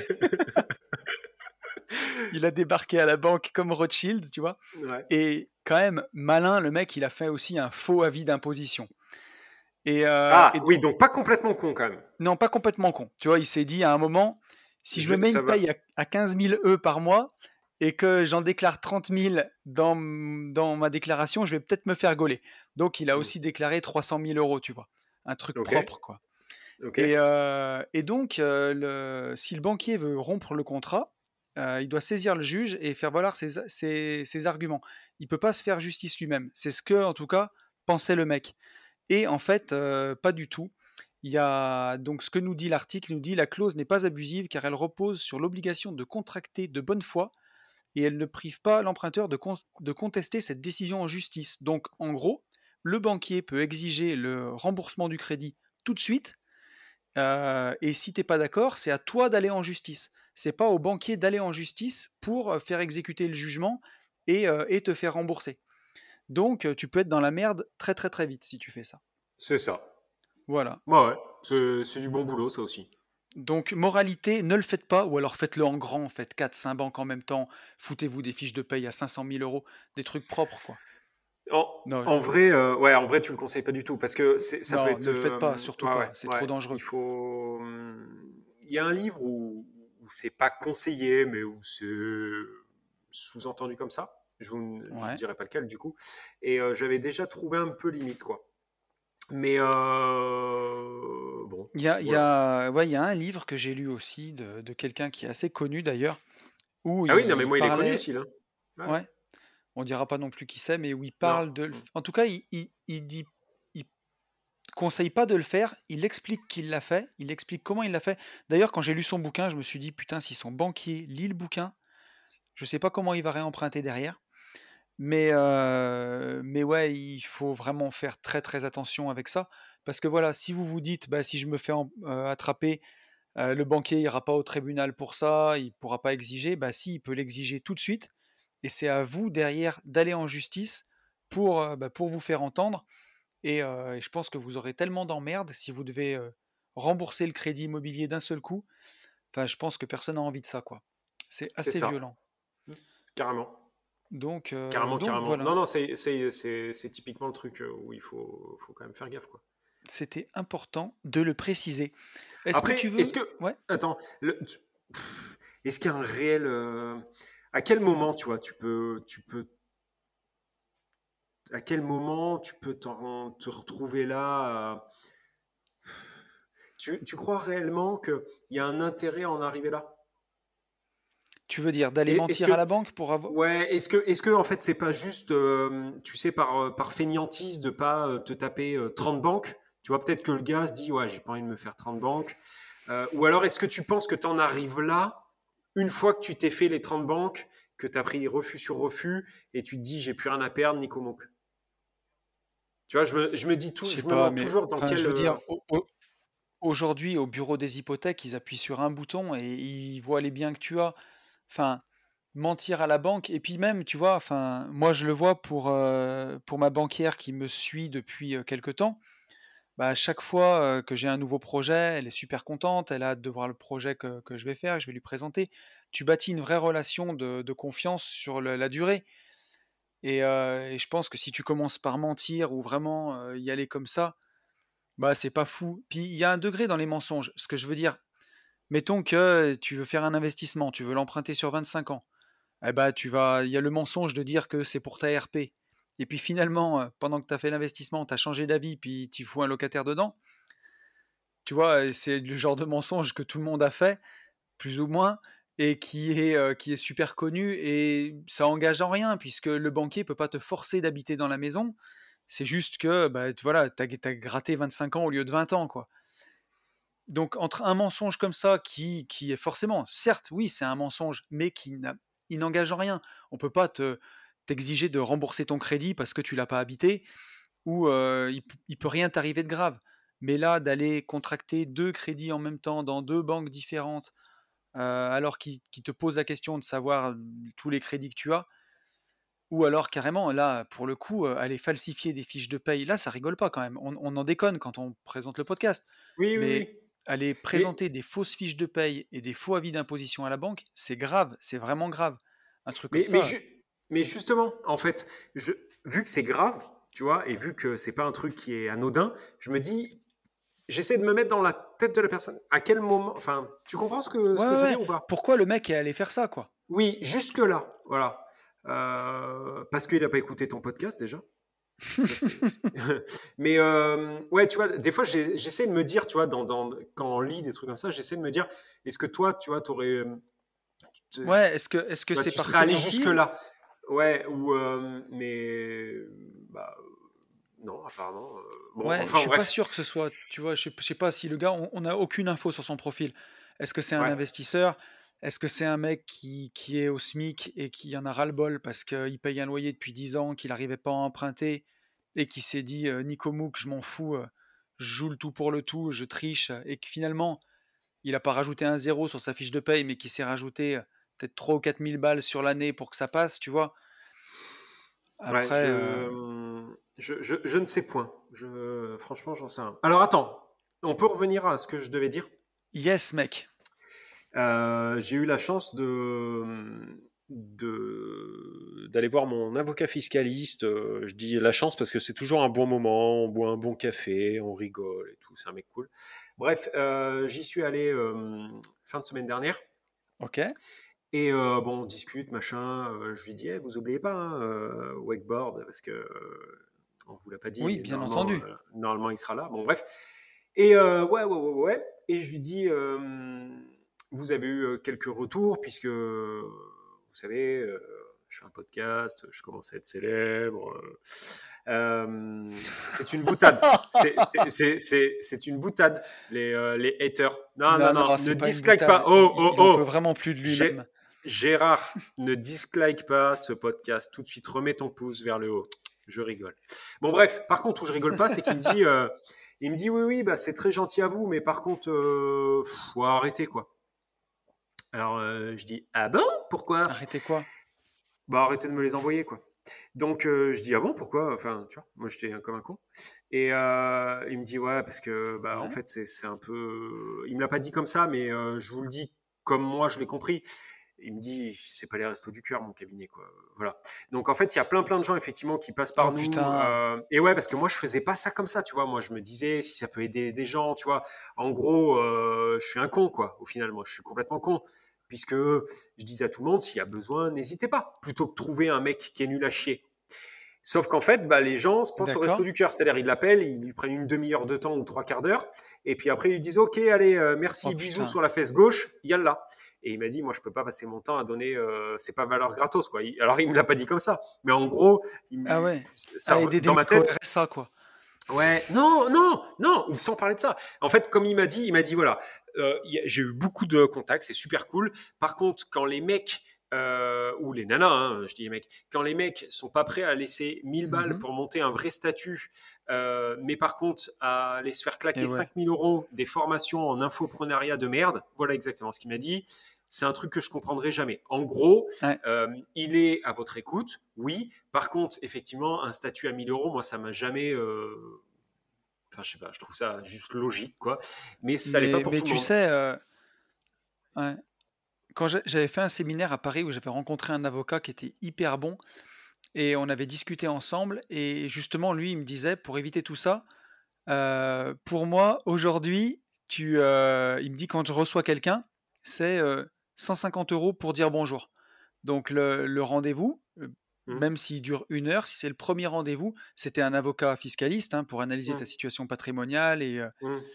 Il a débarqué à la banque comme Rothschild, tu vois. Ouais. Et quand même, malin, le mec, il a fait aussi un faux avis d'imposition. Et, euh, Ah, et oui, donc, donc pas complètement con quand même. non, pas complètement con. Tu vois, il s'est dit à un moment, si je Je me vais, mets ça une va. paye à, à quinze mille E par mois et que j'en déclare trente mille dans, dans ma déclaration, je vais peut-être me faire gauler. Donc, il a Hmm. aussi déclaré trois cent mille euros, tu vois. Un truc Ok, propre, quoi. ok. Et, euh, et donc, euh, le, si le banquier veut rompre le contrat, euh, il doit saisir le juge et faire valoir ses, ses, ses arguments. Il peut pas se faire justice lui-même. C'est ce que, en tout cas, pensait le mec. Et en fait, euh, pas du tout. Il y a donc ce que nous dit l'article, nous dit la clause n'est pas abusive car elle repose sur l'obligation de contracter de bonne foi et elle ne prive pas l'emprunteur de, con- de contester cette décision en justice. Donc en gros, le banquier peut exiger le remboursement du crédit tout de suite euh, et si t'es pas d'accord, c'est à toi d'aller en justice. C'est pas au banquier d'aller en justice pour euh, faire exécuter le jugement et, euh, et te faire rembourser. Donc euh, tu peux être dans la merde très très très vite si tu fais ça. C'est ça. Voilà. Ouais, ouais. C'est c'est du bon boulot, ça aussi. Donc, moralité, ne le faites pas, ou alors faites-le en grand, faites quatre cinq banques en même temps, foutez-vous des fiches de paye à cinq cent mille euros, des trucs propres, quoi. En, Non, en vrai, euh, ouais, en vrai, tu le conseilles pas du tout parce que c'est, ça peut non, être. ne le faites pas, euh, surtout ouais, pas. ouais, C'est trop ouais. dangereux. Il faut. hum, Il y a un livre où, où c'est pas conseillé, mais où c'est sous-entendu comme ça. Je vous, je Ouais. dirais pas lequel du coup. Et euh, j'avais déjà trouvé un peu limite quoi. Mais euh, bon, Il y a, il y voilà. a, ouais, il y a un livre que j'ai lu aussi de, de quelqu'un qui est assez connu d'ailleurs, où Ah oui, non, mais il moi il est connu parlait, aussi là. Ouais. ouais, on dira pas non plus qui c'est, mais où il Non. parle de, le f- Mm. en tout cas, il, il, il dit, il conseille pas de le faire, il explique qu'il l'a fait, il explique comment il l'a fait. D'ailleurs, quand j'ai lu son bouquin, je me suis dit, putain, si son banquier lit le bouquin, je sais pas comment il va réemprunter derrière. Mais, euh, mais ouais, il faut vraiment faire très très attention avec ça. Parce que voilà, si vous vous dites, bah, si je me fais en- euh, attraper, euh, le banquier ira pas au tribunal pour ça, il pourra pas exiger, bah si, il peut l'exiger tout de suite. Et c'est à vous derrière d'aller en justice pour, euh, bah, pour vous faire entendre. Et, euh, et je pense que vous aurez tellement d'emmerdes si vous devez euh, rembourser le crédit immobilier d'un seul coup. Enfin, je pense que personne n'a envie de ça, quoi. C'est C'est assez ça. violent. Mm. Carrément. Donc, euh, Carrément, donc carrément. voilà. Non, non, c'est, c'est, c'est, c'est typiquement le truc euh, où il faut, faut quand même faire gaffe, quoi. C'était important de le préciser. Est-ce que tu Après, est-ce veux... que. Ouais, Attends, le- tu- pff, est-ce qu'il y a un réel. euh, à quel moment, tu vois, tu peux, tu peux. À quel moment tu peux t'en- te retrouver là euh, tu, tu crois réellement qu'il y a un intérêt à en arriver là? tu veux dire d'aller Et est-ce mentir à que. la banque pour avoir... Ouais, est-ce que, est-ce que en fait c'est pas juste, euh, tu sais, par, euh, par fainéantise de pas euh, te taper euh, trente banques? Tu vois, peut-être que le gars se dit, ouais, j'ai pas envie de me faire trente banques. Euh, ou alors est-ce que tu penses que tu en arrives là, une fois que tu t'es fait les trente banques, que tu as pris refus sur refus, et tu te dis, j'ai plus rien à perdre, Nico Monk. Tu vois, je me, je me dis tout, Je sais je me pas, demande mais toujours dans enfin, je quel. veux euh, dire, au- au- aujourd'hui, au bureau des hypothèques, ils appuient sur un bouton et ils voient les biens que tu as. Enfin, mentir à la banque. Et puis même, tu vois, enfin, moi je le vois pour, euh, pour ma banquière qui me suit depuis euh, quelque temps. Bah, à chaque fois euh, que j'ai un nouveau projet, elle est super contente, elle a hâte de voir le projet que, que je vais faire, que je vais lui présenter. Tu bâtis une vraie relation de, de confiance sur le- la durée. Et, euh, et je pense que si tu commences par mentir ou vraiment euh, y aller comme ça, bah c'est pas fou. Puis il y a un degré dans les mensonges. Ce que je veux dire, mettons que tu veux faire un investissement, tu veux l'emprunter sur vingt-cinq ans. Eh bah tu vas, il y a le mensonge de dire que c'est pour ta R P. Et puis finalement, euh, pendant que tu as fait l'investissement, tu as changé d'avis, puis tu fous un locataire dedans. Tu vois, c'est le genre de mensonge que tout le monde a fait, plus ou moins, et qui est, euh, qui est super connu, et ça engage en rien, puisque le banquier peut pas te forcer d'habiter dans la maison. C'est juste que, bah, tu- voilà, t'as, t'as gratté vingt-cinq ans au lieu de vingt ans, quoi. Donc, entre un mensonge comme ça, qui, qui est forcément, certes, oui, c'est un mensonge, mais qui n'a, il n'engage en rien. On peut pas te, t'exiger de rembourser ton crédit parce que tu l'as pas habité, ou euh, il, il peut rien t'arriver de grave. Mais là, d'aller contracter deux crédits en même temps dans deux banques différentes, euh, alors qu'ils qu'ils te posent la question de savoir euh, tous les crédits que tu as, ou alors carrément, là, pour le coup, euh, aller falsifier des fiches de paye, là, ça rigole pas quand même. On, on en déconne quand on présente le podcast. Oui, oui, Mais oui. aller Mais, présenter des fausses fiches de paye et des faux avis d'imposition à la banque, c'est grave, c'est vraiment grave. Un truc comme mais, mais, ça, ju- mais justement, en fait, je, vu que c'est grave, tu vois, et vu que c'est pas un truc qui est anodin, je me dis, j'essaie de me mettre dans la tête de la personne. À quel moment, enfin, tu comprends ce que, ouais, ce que ouais, je veux ouais. dire ou pas? Pourquoi le mec est allé faire ça, quoi? Oui, jusque-là, voilà. Euh, parce qu'il n'a pas écouté ton podcast déjà. Ça, c'est- c'est- Mais euh, ouais, tu vois, des fois, j'ai- j'essaie de me dire, tu vois, dans, dans- quand on lit des trucs comme ça, j'essaie de me dire, est-ce que toi, tu vois, t'aurais, tu, Ouais, est-ce que est-ce que vois, c'est tu par serais allé fainéantise? jusque-là? Ouais, ou, euh, mais, bah, non, apparemment. euh, bon, Ouais, je enfin, suis pas bref. sûr que ce soit, tu vois, je sais, je sais pas si le gars, on on n'a aucune info sur son profil. Est-ce que c'est un Ouais, investisseur? Est-ce que c'est un mec qui, qui est au SMIC et qui en a ras-le-bol parce qu'il paye un loyer depuis dix ans, qu'il n'arrivait pas à emprunter et qui s'est dit euh, Nico Mouk, je m'en fous, euh, je joue le tout pour le tout, je triche, et que finalement, il a pas rajouté un zéro sur sa fiche de paye, mais qui s'est rajouté euh, peut-être trois ou quatre mille balles sur l'année pour que ça passe, tu vois. ouais, Après, euh, je, je, je, je ne sais point. Je, franchement, j'en sais rien. Alors, attends, on peut revenir à ce que je devais dire. yes, mec. Euh, j'ai eu la chance de, de, d'aller voir mon avocat fiscaliste. Euh, je dis la chance parce que c'est toujours un bon moment. On boit un bon café, on rigole et tout. C'est un mec cool. Bref, euh, j'y suis allé euh, fin de semaine dernière. Ok. Et euh, bon, on discute, machin. Euh, je lui dis, Eh, vous oubliez pas, hein, euh, wakeboard, parce que euh, on vous l'a pas dit, Oui, mais bien normalement, entendu. euh, normalement, il sera là. Bon, bref. Et euh, ouais, ouais, ouais, ouais. ouais. Et je lui dis, euh, vous avez eu euh, quelques retours, puisque, euh, vous savez, euh, je fais un podcast, je commence à être célèbre. euh, euh, c'est une boutade. C'est c'est- c'est- c'est- c'est une boutade, les, euh, les haters. Non, non, Non, non, non, ne c'est pas une dislike pas. boutade. Il, Oh, il- oh, il en peut oh. vraiment plus de Gé- lui-même. Gérard, ne dislike pas ce podcast. Tout de suite, remets ton pouce vers le haut. Je rigole. Bon, bref, par contre, où je rigole pas, c'est qu'il me dit, euh, il me dit, oui, oui, bah, c'est très gentil à vous, mais par contre, euh, pff, faut arrêter, quoi. Alors, euh, je dis, ah bon, pourquoi? Arrêtez quoi? Bah, arrêtez de me les envoyer, quoi. Donc, euh, je dis, ah bon, pourquoi? Enfin, tu vois, moi, j'étais comme un con. Et euh, il me dit, ouais, parce que, bah, en Ouais. fait, c'est c'est un peu. Il me l'a pas dit comme ça, mais euh, je vous le dis comme moi, je l'ai compris. Il me dit, c'est pas les restos du cœur, mon cabinet, quoi. Voilà. Donc, en fait, il y a plein, plein de gens, effectivement, qui passent Oh par nous. putain. euh, et ouais, parce que moi, je faisais pas ça comme ça, tu vois. Moi, je me disais, si ça peut aider des gens, tu vois. En gros, euh, je suis un con, quoi. Au final, moi, je suis complètement con. Puisque je disais à tout le monde, s'il y a besoin, n'hésitez pas. Plutôt que trouver un mec qui est nul à chier. Sauf qu'en fait, bah, les gens se pensent au resto D'accord. du cœur. C'est-à-dire, ils l'appellent, ils lui prennent une demi-heure de temps ou trois quarts d'heure. Et puis après, ils lui disent, OK, allez, euh, Oh merci, bisous putain. sur la fesse gauche, yallah. Et il m'a dit, moi, je peux pas passer mon temps à donner, euh, c'est pas valeur gratos, quoi. Il- alors, il me l'a pas dit comme ça. Mais en gros, il Ah me- ouais. ça, À aider des dans ma mecs au tête, R S A, quoi. ouais, non, non, non, ou sans parler de ça. En fait, comme il m'a dit, il m'a dit voilà, euh, y a- j'ai eu beaucoup de contacts, c'est super cool. Par contre, quand les mecs euh, ou les nanas, hein, je dis les mecs, quand les mecs sont pas prêts à laisser mille balles Mhm. pour monter un vrai statut, euh, mais par contre à aller se faire Et claquer ouais. cinq mille euros des formations en infoprenariat de merde, voilà exactement ce qu'il m'a dit. C'est un truc que je comprendrai jamais. En gros, Ouais. euh, il est à votre écoute, oui. Par contre, effectivement, un statut à mille euros, moi, ça m'a jamais. euh, Enfin, je sais pas, je trouve ça juste logique, quoi. Mais ça l'est pas Mais, pour mais tout le tu monde. sais, euh, ouais. Quand j'ai- j'avais fait un séminaire à Paris où j'avais rencontré un avocat qui était hyper bon et on avait discuté ensemble et justement lui il me disait pour éviter tout ça, euh, pour moi aujourd'hui, tu, euh, il me dit quand je reçois quelqu'un, c'est euh, cent cinquante euros pour dire bonjour. Donc le, le rendez-vous, euh, Hum, même s'il dure une heure, si c'est le premier rendez-vous, c'était un avocat fiscaliste hein, pour analyser ta hum, situation patrimoniale et euh, hum.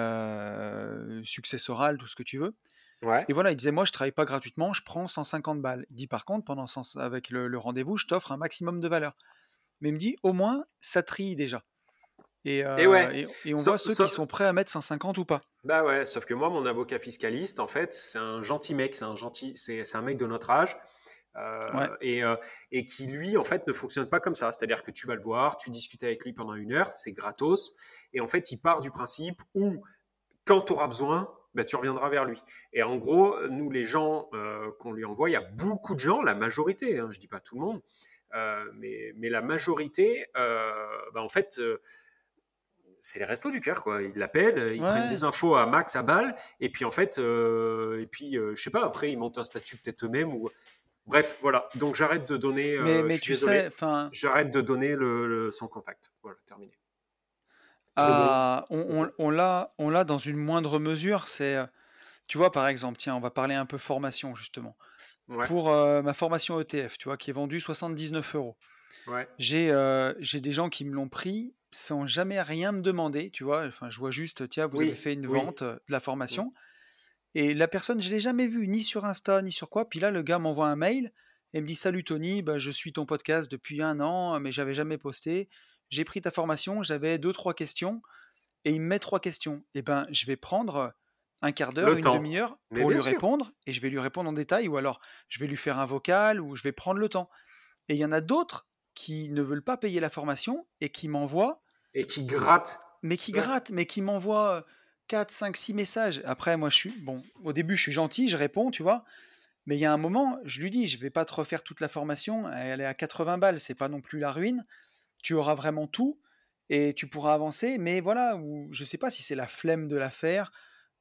euh, successorale, tout ce que tu veux. Ouais. Et voilà, il disait, moi, je travaille pas gratuitement, je prends cent cinquante balles. Il dit, par contre, pendant cent avec le, le rendez-vous, je t'offre un maximum de valeur. Mais il me dit, au moins, ça trie déjà. Et, Et euh, ouais. et, et on voit Sauf, ceux qui sauf- sont prêts à mettre cent cinquante ou pas. bah ouais, sauf que moi, mon avocat fiscaliste, en fait, c'est un gentil mec, c'est un gentil, c'est, c'est un mec de notre âge. Ouais, euh, et, euh, et qui lui en fait ne fonctionne pas comme ça, c'est-à-dire que tu vas le voir, tu discutes avec lui pendant une heure, c'est gratos, et en fait il part du principe où quand tu auras besoin, bah, tu reviendras vers lui. Et en gros, nous, les gens euh, qu'on lui envoie, il y a beaucoup de gens, la majorité, hein, je dis pas tout le monde, euh, mais, mais la majorité, euh, bah, en fait, euh, c'est les restos du cœur, quoi. Ils l'appellent, ils prennent ouais. des infos à max à balle, et puis en fait, euh, et puis euh, je sais pas, après ils montent un statut peut-être eux-mêmes ou bref, voilà. Donc j'arrête de donner, Mais, euh, je mais suis tu sais, désolé, enfin, j'arrête de donner le, le- son contact. Voilà, terminé. Trop bon, à- trop on, bon. on, on l'a, on l'a dans une moindre mesure. C'est, euh, tu vois, par exemple, tiens, on va parler un peu formation, justement. Ouais, Pour euh, ma formation E T F, tu vois, qui est vendue soixante-dix-neuf euros. ouais. J'ai euh, j'ai des gens qui me l'ont pris sans jamais rien me demander, tu vois. Enfin, je vois juste, tiens, vous avez Oui, fait une oui. vente euh, de la Mm, formation. Et la personne, je l'ai jamais vue, ni sur Insta, ni sur quoi. Puis là, le gars m'envoie un mail et me dit, salut Tony, bah, je suis ton podcast depuis un an, mais j'avais jamais posté. J'ai pris ta formation, j'avais deux, trois questions. Et il me met trois questions. Et ben, je vais prendre un quart d'heure, Le une temps. demi-heure Mais pour bien lui sûr. répondre. Et je vais lui répondre en détail. Ou alors, je vais lui faire un vocal ou je vais prendre le temps. Et il y en a d'autres qui ne veulent pas payer la formation et qui m'envoient, Et qui gratte. mais qui Ouais. grattent, mais qui m'envoient quatre, cinq, six messages. Après, moi, je suis, bon, au début, je suis gentil, je réponds, tu vois. Mais il y a un moment, je lui dis, je vais pas te refaire toute la formation, elle est à quatre-vingts balles, c'est pas non plus la ruine. Tu auras vraiment tout et tu pourras avancer. Mais voilà, ou je sais pas si c'est la flemme de la faire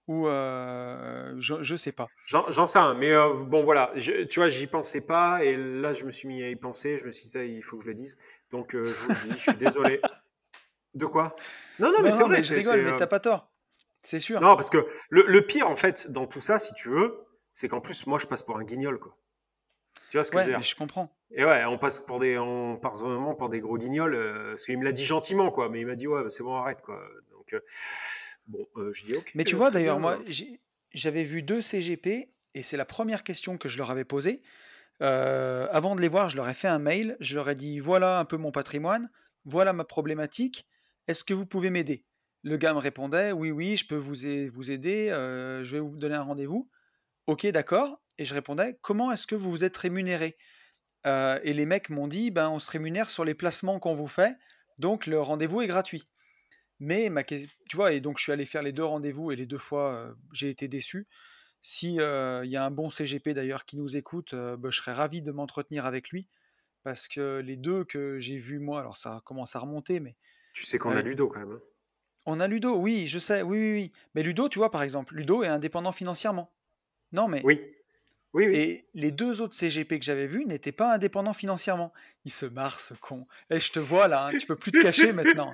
ou euh, je, je sais pas. J'en j'en sais un, mais euh, bon voilà, Je- tu vois, j'y pensais pas et là je me suis mis à y penser, je me suis dit, ça, il faut que je le dise. Donc euh, je vous le dis, je suis désolé. De quoi? Non, non, mais Non, c'est non, vrai, mais je c'est, c'est, rigole, mais euh, t'as pas tort. C'est sûr. non, parce que le, le pire en fait dans tout ça, si tu veux, c'est qu'en plus moi je passe pour un guignol, quoi. Tu vois ce que je Ouais, veux mais dire? je comprends. Et ouais, on passe pour des, on passe vraiment pour des gros guignols, euh, parce qu'il me l'a dit gentiment, quoi, mais il m'a dit ouais, bah, c'est bon, arrête, quoi. Donc euh, bon, euh, je dis ok, Mais tu euh, vois, très d'ailleurs, bien. moi, euh. j'ai- j'avais vu deux C G P, et c'est la première question que je leur avais posée. Euh, avant de les voir, je leur ai fait un mail, je leur ai dit, voilà un peu mon patrimoine, voilà ma problématique, est-ce que vous pouvez m'aider? Le gars me répondait, oui, oui, je peux vous, ai- vous aider, euh, je vais vous donner un rendez-vous. Ok, d'accord. Et je répondais, comment est-ce que vous vous êtes rémunéré? Euh, Et les mecs m'ont dit, ben, on se rémunère sur les placements qu'on vous fait, donc le rendez-vous est gratuit. Mais ma, ques- tu vois, et donc je suis allé faire les deux rendez-vous et les deux fois, euh, j'ai été déçu. Si euh, il y a un bon C G P d'ailleurs qui nous écoute, euh, ben, je serais ravi de m'entretenir avec lui parce que les deux que j'ai vus moi, alors ça commence à remonter, mais Tu sais qu'on a euh, Ludo quand même, hein. on a Ludo, oui, je sais, oui, oui, oui. Mais Ludo, tu vois, par exemple, Ludo est indépendant financièrement. Non, mais Oui, oui, oui. et les deux autres C G P que j'avais vus n'étaient pas indépendants financièrement. Il se marre, ce con. Et je te vois là, hein, tu peux plus te cacher maintenant.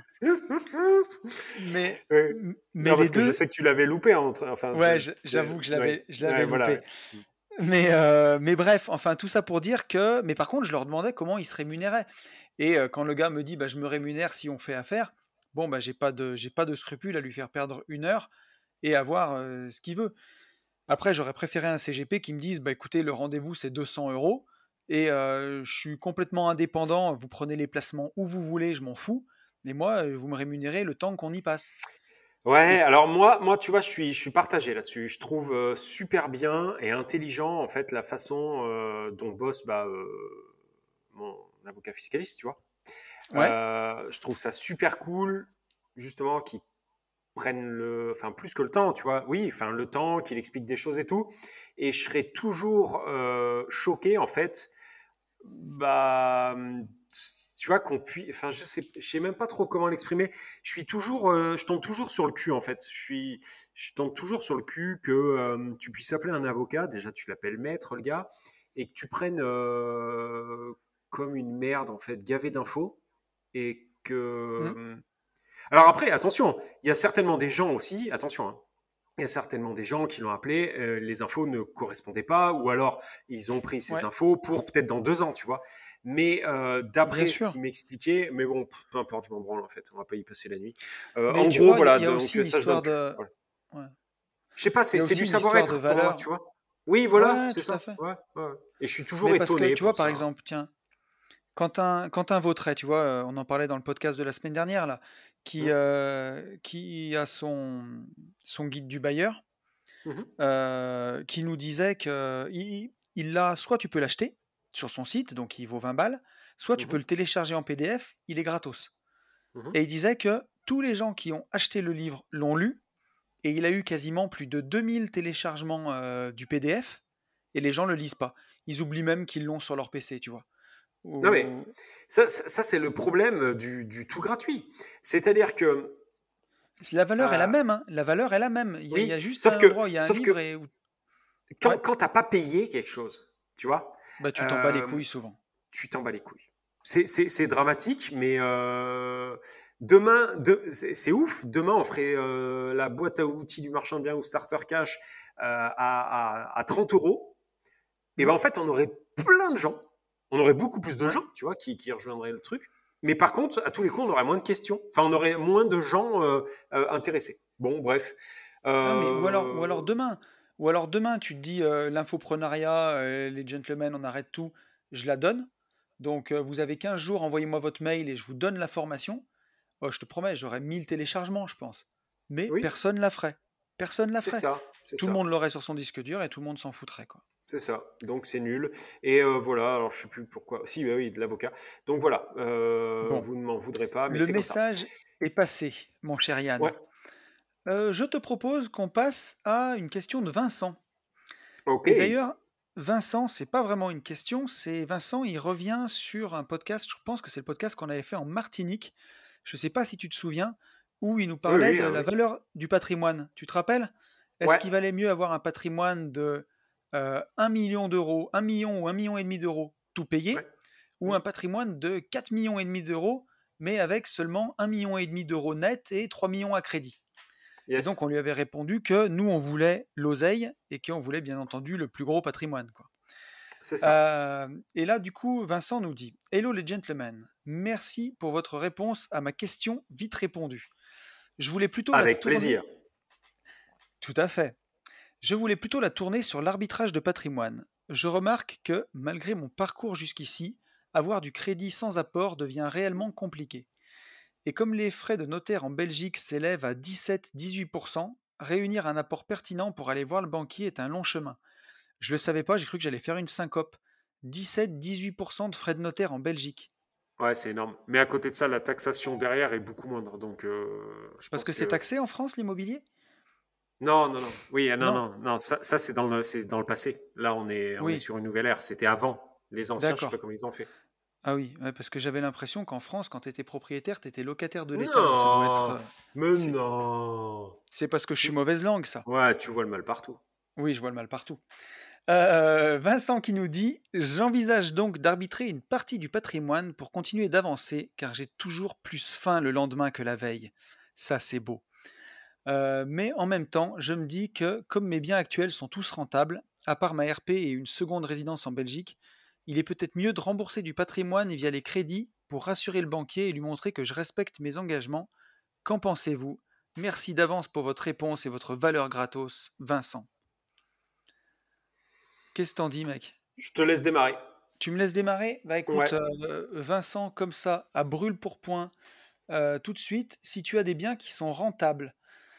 Mais, Ouais. mais Non, les parce que je deux, sais que tu l'avais loupé, hein, entre- enfin, ouais, je- je- c'est- j'avoue que je ouais, l'avais, je l'avais ouais, voilà. loupé. Ouais. Mais, euh, mais bref, enfin tout ça pour dire que, mais par contre, je leur demandais comment ils se rémunéraient. Et euh, quand le gars me dit, bah, je me rémunère si on fait affaire, bon, bah, j'ai pas de, j'ai pas de scrupule à lui faire perdre une heure et avoir euh, ce qu'il veut. Après, j'aurais préféré un C G P qui me dise, bah, écoutez, le rendez-vous c'est deux cents euros et euh, je suis complètement indépendant, vous prenez les placements où vous voulez, je m'en fous. Mais moi, euh, vous me rémunérez le temps qu'on y passe. Ouais, Et alors moi, moi, tu vois, je suis, je suis partagé là-dessus. Je trouve euh, super bien et intelligent en fait la façon euh, dont bosse bah, euh, mon avocat fiscaliste, tu vois. ouais, Euh, je trouve ça super cool, justement, qu'ils prennent le, enfin plus que le temps, tu vois. Oui, enfin le temps, qu'il explique des choses et tout. Et je serais toujours euh, choqué en fait, bah, tu vois qu'on puisse, enfin je sais, je sais même pas trop comment l'exprimer. Je suis toujours, euh, je tombe toujours sur le cul en fait. Je suis, je tombe toujours sur le cul que euh, tu puisses appeler un avocat. Déjà, tu l'appelles maître, le gars, et que tu prennes euh, comme une merde en fait, gavé d'infos et hmm, que alors après, attention, il y a certainement des gens aussi, attention, hein, il y a certainement des gens qui l'ont appelé, euh, les infos ne correspondaient pas, ou alors ils ont pris ces ouais, infos pour peut-être dans deux ans, tu vois. Mais euh, bien d'après ce sûr. qu'il m'expliquait, mais bon, pff, peu importe, je m'en branle en fait, on va pas y passer la nuit. Euh, Mais en tu gros, vois, il y, a voilà, il y a donc aussi une ça je donne histoire plus. de, Voilà. ouais. Je sais pas, Il c'est y a c'est aussi du une histoire de savoir-être pour moi, valeur. tu vois. Oui, voilà, Ouais, c'est tout à ça. fait. Ouais, ouais. Et je suis toujours Mais parce que étonné tu vois, pour par ça, hein. exemple, tiens, Quentin, Quentin Vautret, tu vois, euh, on en parlait dans le podcast de la semaine dernière, là, qui, Hum, euh, qui a son, son guide du bailleur, mhm, euh, qui nous disait que il, il l'a, soit tu peux l'acheter sur son site, donc il vaut vingt balles, soit tu peux mhm, le télécharger en P D F, il est gratos. mhm. Et il disait que tous les gens qui ont acheté le livre l'ont lu, et il a eu quasiment plus de deux mille téléchargements euh, du P D F, et les gens le lisent pas. Ils oublient même qu'ils l'ont sur leur P C, tu vois. Non mais Ou- ça, ça, ça, c'est le problème du, du tout gratuit. C'est-à-dire que La valeur est la euh, même, hein. La valeur est la même. Il y a, il y oui, a juste sauf un que, endroit où il y a un sauf livre que et où... quand, Ouais, quand t'as pas payé quelque chose, tu vois, bah tu t'en bats les euh, couilles souvent. tu t'en bats les couilles. C'est, c'est, c'est dramatique, mais euh, demain, de, c'est, c'est ouf. Demain, on ferait euh, la boîte à outils du marchand de biens ou Starter Cash euh, à, à, à trente euros. Et Hmm. ben en fait, on aurait plein de gens, on aurait beaucoup plus de Ouais. gens, tu vois, qui, qui rejoindraient le truc. Mais par contre, à tous les coups, on aurait moins de questions. Enfin, on aurait moins de gens euh, euh, intéressés. Bon, bref. Ah, mais ou alors, ou Euh, alors demain, ou alors demain, tu te dis euh, l'infoprenariat, euh, les gentlemen, on arrête tout, je la donne. Donc euh, vous avez quinze jours, envoyez-moi votre mail et je vous donne la formation. Oh, je te promets, j'aurai mille téléchargements, je pense. Mais oui, personne la ferait. Personne la c'est ferait. ça, c'est Tout le ça. monde l'aurait sur son disque dur et tout le monde s'en foutrait, quoi. C'est ça. Donc c'est nul. Et euh, voilà, alors je sais plus pourquoi. Si, bah oui, de l'avocat. Donc voilà, euh, Bon, vous ne m'en voudrez pas, mais le c'est comme ça. message est passé, mon cher Ouais, Yann. Euh, je te propose qu'on passe à une question de Vincent. ok. Et d'ailleurs, Vincent, c'est pas vraiment une question, c'est Vincent, il revient sur un podcast, je pense que c'est le podcast qu'on avait fait en Martinique, je sais pas si tu te souviens, où il nous Oui, parlait oui, de ah la oui. valeur du patrimoine. Tu te rappelles? Est-ce Ouais, qu'il valait mieux avoir un patrimoine de euh, un million d'euros, un million ou un million et demi d'euros, tout ouais. payé, ou Mm. un patrimoine de quatre millions et demi d'euros, mais avec seulement un million et demi d'euros net et trois millions à crédit? Et Yes, donc, on lui avait répondu que nous, on voulait l'oseille et qu'on voulait bien entendu le plus gros patrimoine, quoi. c'est ça. Euh, et là, du coup, Vincent nous dit: Hello les gentlemen, merci pour votre réponse à ma question vite répondue. Je voulais plutôt la Avec tourner. plaisir. Tout à fait. Je voulais plutôt la tourner sur l'arbitrage de patrimoine. Je remarque que, malgré mon parcours jusqu'ici, avoir du crédit sans apport devient réellement compliqué. Et comme les frais de notaire en Belgique s'élèvent à dix-sept à dix-huit pour cent, réunir un apport pertinent pour aller voir le banquier est un long chemin. Je le savais pas, j'ai cru que j'allais faire une syncope. dix-sept à dix-huit pour cent de frais de notaire en Belgique. Ouais, c'est énorme. Mais à côté de ça, la taxation derrière est beaucoup moindre. Donc, euh, je Parce pense que c'est que. taxé en France l'immobilier? Non, non, non. Oui, ah, non, Non. non, non. Ça, ça c'est dans le, c'est dans le passé. Là, on est, on est Oui, sur une nouvelle ère. C'était avant. Les anciens, je sais pas d'accord. comment ils ont fait. Ah oui, ouais, parce que j'avais l'impression qu'en France, quand tu étais propriétaire, tu étais locataire de l'État, mais ça doit être. Non, euh, mais c'est, non. c'est parce que je suis mauvaise langue, ça. Ouais, tu vois le mal partout. Oui, je vois le mal partout. Euh, Vincent qui nous dit: J'envisage donc d'arbitrer une partie du patrimoine pour continuer d'avancer, car j'ai toujours plus faim le lendemain que la veille. Ça, c'est beau. Euh, mais en même temps, je me dis que, comme mes biens actuels sont tous rentables, à part ma R P et une seconde résidence en Belgique, il est peut-être mieux de rembourser du patrimoine via les crédits pour rassurer le banquier et lui montrer que je respecte mes engagements. Qu'en pensez-vous? Merci d'avance pour votre réponse et votre valeur gratos, Vincent. Qu'est-ce que t'en dis, mec? Je te laisse démarrer. Tu me laisses démarrer? Bah Ouais. écoute, euh, Vincent, comme ça, à brûle pour point, euh, tout de suite, si tu as des biens qui sont rentables,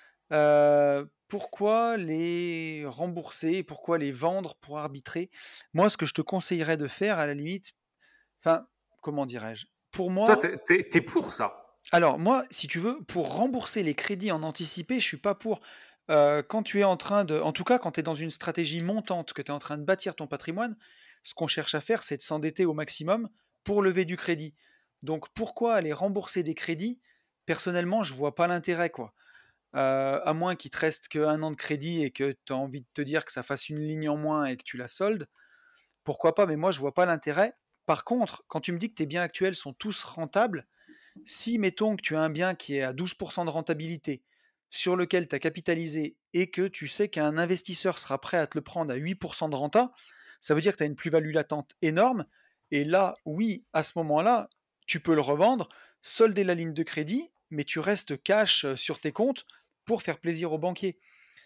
euh, pourquoi les rembourser? Pourquoi les vendre pour arbitrer? Moi, ce que je te conseillerais de faire, à la limite, enfin, comment dirais-je? Pour Toi, moi, t'es, t'es- t'es pour ça. alors moi, si tu veux, pour rembourser les crédits en anticipé, je suis pas pour. Euh, quand tu es en train de, en tout cas, quand tu es dans une stratégie montante, que tu es en train de bâtir ton patrimoine, ce qu'on cherche à faire, c'est de s'endetter au maximum pour lever du crédit. Donc pourquoi aller rembourser des crédits? Personnellement, je vois pas l'intérêt, quoi. Euh, à moins qu'il te reste qu'un an de crédit et que tu as envie de te dire que ça fasse une ligne en moins et que tu la soldes, pourquoi pas, mais moi je vois pas l'intérêt. Par contre, quand tu me dis que tes biens actuels sont tous rentables, si, mettons que tu as un bien qui est à douze pour cent de rentabilité, sur lequel tu as capitalisé et que tu sais qu'un investisseur sera prêt à te le prendre à huit pour cent de renta, ça veut dire que tu as une plus-value latente énorme. Et là, oui, à ce moment-là, tu peux le revendre, solder la ligne de crédit, mais tu restes cash euh, sur tes comptes pour faire plaisir aux banquiers.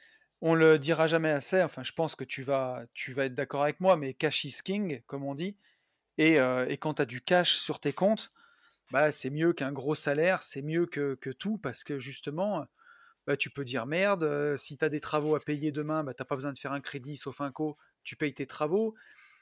On le dira jamais assez, enfin je pense que tu vas, tu vas être d'accord avec moi, mais cash is king, comme on dit. Et, euh, et quand tu as du cash sur tes comptes, bah, c'est mieux qu'un gros salaire, c'est mieux que, que tout, parce que justement, bah, tu peux dire merde, euh, si tu as des travaux à payer demain, bah, tu n'as pas besoin de faire un crédit, sauf un co, tu payes tes travaux.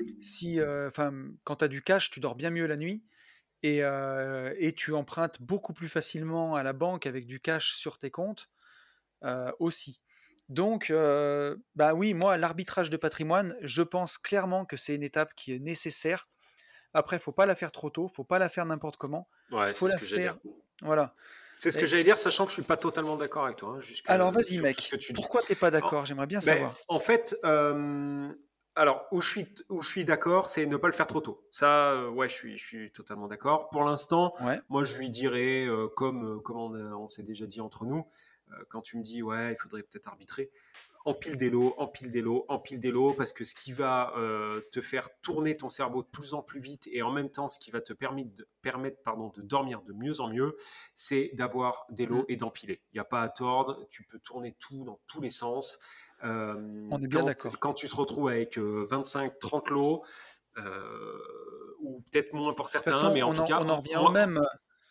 Si, euh, enfin, quand tu as du cash, tu dors bien mieux la nuit, et, euh, et tu empruntes beaucoup plus facilement à la banque avec du cash sur tes comptes euh, aussi. Donc, euh, bah oui, moi, l'arbitrage de patrimoine, je pense clairement que c'est une étape qui est nécessaire. Après, faut pas la faire trop tôt, faut pas la faire n'importe comment, Ouais, faut c'est ce la que j'allais faire, dire. voilà. C'est ce que Et- j'allais dire, sachant que je suis pas totalement d'accord avec toi, hein, jusque, alors vas-y, sur tout ce que mec, tu dis. pourquoi t'es pas En, d'accord? J'aimerais bien ben, savoir. en fait, euh, alors où je suis, où je suis d'accord, c'est ne pas le faire trop tôt. Ça, euh, ouais, je suis, je suis totalement d'accord. Pour l'instant, Ouais. moi, je lui dirais, euh, comme, euh, comme on, a- on s'est déjà dit entre nous, euh, quand tu me dis, ouais, il faudrait peut-être arbitrer, empile des lots, empile des lots, empile des lots, parce que ce qui va euh, te faire tourner ton cerveau de plus en plus vite et en même temps ce qui va te permettre, de, permettre pardon, de dormir de mieux en mieux, c'est d'avoir des Mm. lots et d'empiler. Il n'y a pas à tordre, tu peux tourner tout dans tous les sens. Euh, On est bien quand, d'accord. quand tu te retrouves avec euh, vingt-cinq trente lots, euh, ou peut-être moins pour De toute certains, façon, mais en on tout en, cas, on en revient au moi, même.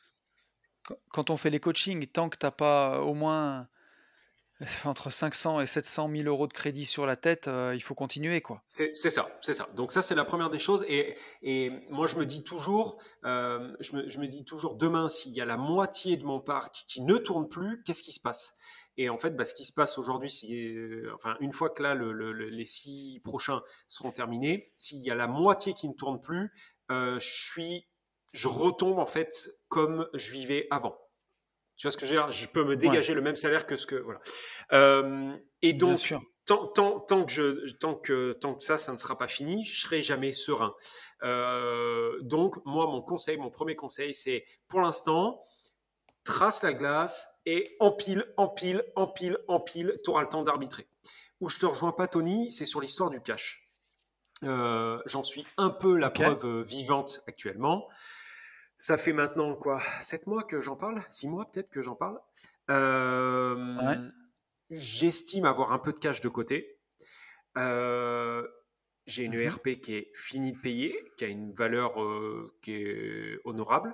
Qu- Quand on fait les coachings, tant que t'as pas au moins entre cinq cents et sept cent mille euros de crédit sur la tête, euh, il faut continuer, quoi. c'est c'est ça, c'est ça. Donc ça, c'est la première des choses. Et, et moi, je me dis toujours, euh, je, me, je me dis toujours, demain, s'il y a la moitié de mon parc qui ne tourne plus, qu'est-ce qui se passe? Et en fait, bah, ce qui se passe aujourd'hui, c'est, euh, enfin, une fois que là, le, le, le- les six prochains seront terminés, s'il y a la moitié qui ne tourne plus, euh, je suis, je retombe en fait comme je vivais avant. Tu vois ce que je veux dire? Je peux me Ouais, dégager le même salaire que ce que voilà. Euh, et bien donc sûr. tant, tant, tant que je tant que tant que ça ça ne sera pas fini, je serai jamais serein. Euh, donc moi mon conseil, mon premier conseil, c'est pour l'instant trace la glace et empile, empile, empile, empile. Tu auras le temps d'arbitrer. Où je te rejoins pas, Tony, c'est sur l'histoire du cash. Euh, j'en suis un peu la Ok. preuve vivante actuellement. Ça fait maintenant quoi, sept mois que j'en parle, six mois peut-être que j'en parle. Ouais. Euh, J'estime avoir un peu de cash de côté. Euh, j'ai une Mhm. E R P qui est finie de payer, qui a une valeur euh, qui est honorable.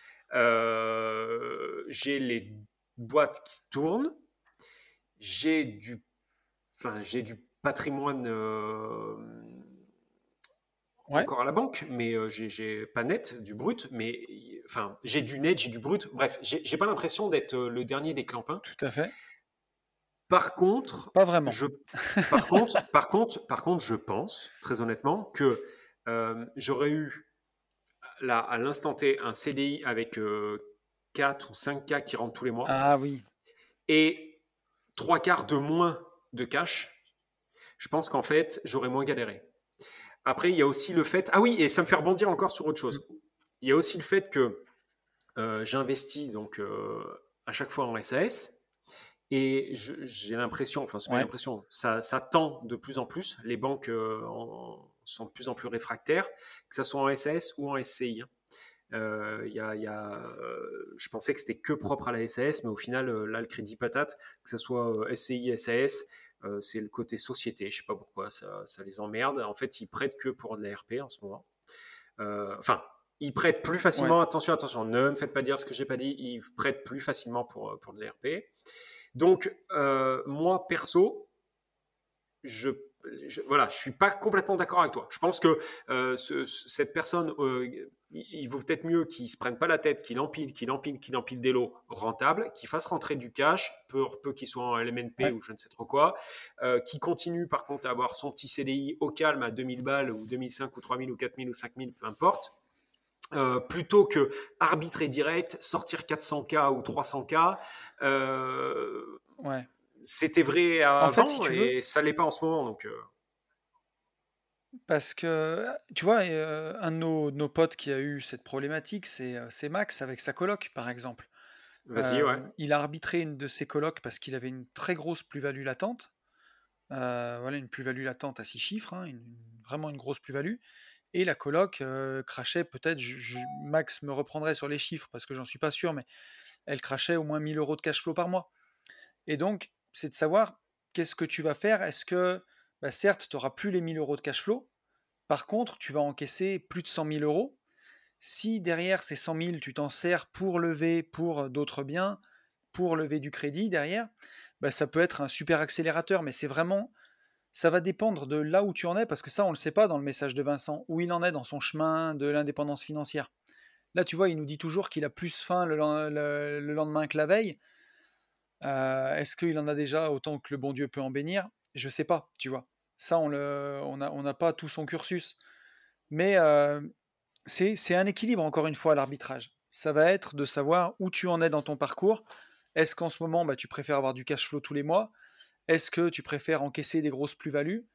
Euh, j'ai les boîtes qui tournent. J'ai du, enfin, j'ai du patrimoine euh, Ouais, encore à la banque, mais euh, j'ai, j'ai pas net, du brut, mais enfin, j'ai du net, j'ai du brut. Bref, j'ai, j'ai pas l'impression d'être euh, le dernier des clampins. tout à fait. Par contre, Pas vraiment. je, par contre, par contre, par contre, je pense très honnêtement que euh, j'aurais eu là à l'instant T un C D I avec euh, quatre ou cinq K qui rentrent tous les mois Ah oui. et trois quarts de moins de cash. Je pense qu'en fait, j'aurais moins galéré. Après, il y a aussi le fait. Ah oui, et ça me fait rebondir encore sur autre Mm. chose. Il y a aussi le fait que euh, j'investis donc euh, à chaque fois en S A S. Et je- j'ai l'impression, enfin, c'est pas une Ouais, impression, ça, ça tend de plus en plus. Les banques euh, en- sont de plus en plus réfractaires, que ce soit en S A S ou en S C I. Hein. Euh, il y a, il y a, euh, je pensais que c'était que propre à la S A S, mais au final, euh, là, le crédit patate, que ce soit euh, S C I, S A S, euh, c'est le côté société. Je sais pas pourquoi, ça, ça les emmerde. En fait, ils prêtent que pour de la R P en ce moment. Euh, Enfin, ils prêtent plus ouais. facilement. Attention, attention, ne me faites pas dire ce que j'ai pas dit. Ils prêtent plus facilement pour, pour de la R P. Donc, euh, moi, perso, je, je, voilà, je suis pas complètement d'accord avec toi. Je pense que euh, ce, ce- cette personne, euh, il, il vaut peut-être mieux qu'il se prenne pas la tête, qu'il empile, qu'il empile, qu'il empile des lots rentables, qu'il fasse rentrer du cash, peu, peu qu'il soit en L M N P Ouais. ou je ne sais trop quoi, euh, qui continue par contre à avoir son petit C D I au calme à deux mille balles ou deux mille cinq ou trois mille ou quatre mille ou cinq mille, peu importe. Euh, plutôt que arbitrer direct, sortir quatre cents K ou trois cents K, euh, Ouais. c'était vrai En fait, si avant tu veux, et ça l'est pas en ce moment. Donc, euh, parce que, tu vois, euh, un de nos, de nos potes qui a eu cette problématique, c'est euh, c'est Max avec sa coloc, par exemple. vas-y, ouais. Euh, il a arbitré une de ses colocs parce qu'il avait une très grosse plus-value latente. Euh, voilà, une plus-value latente à six chiffres, hein, une- une- vraiment une grosse plus-value. Et la coloc euh, crachait peut-être, je- je- Max me reprendrait sur les chiffres parce que j'en suis pas sûr, mais elle crachait au moins mille euros de cash flow par mois. Et donc, c'est de savoir qu'est-ce que tu vas faire. Est-ce que, bah, certes, tu n'auras plus les mille euros de cash flow, par contre, tu vas encaisser plus de cent mille euros. Si derrière ces cent mille, tu t'en sers pour lever pour d'autres biens, pour lever du crédit derrière, bah, ça peut être un super accélérateur, mais c'est vraiment, ça va dépendre de là où tu en es, parce que ça, on ne le sait pas dans le message de Vincent, où il en est dans son chemin de l'indépendance financière. Là, tu vois, il nous dit toujours qu'il a plus faim le, le- le lendemain que la veille. Euh, est-ce qu'il en a déjà autant que le bon Dieu peut en bénir? Je sais pas, tu vois. Ça, on le, on a, on n'a pas tout son cursus. Mais euh, c'est, c'est un équilibre, encore une fois, à l'arbitrage. Ça va être de savoir où tu en es dans ton parcours. Est-ce qu'en ce moment, bah, tu préfères avoir du cash flow tous les mois? Est-ce que tu préfères encaisser des grosses plus-values?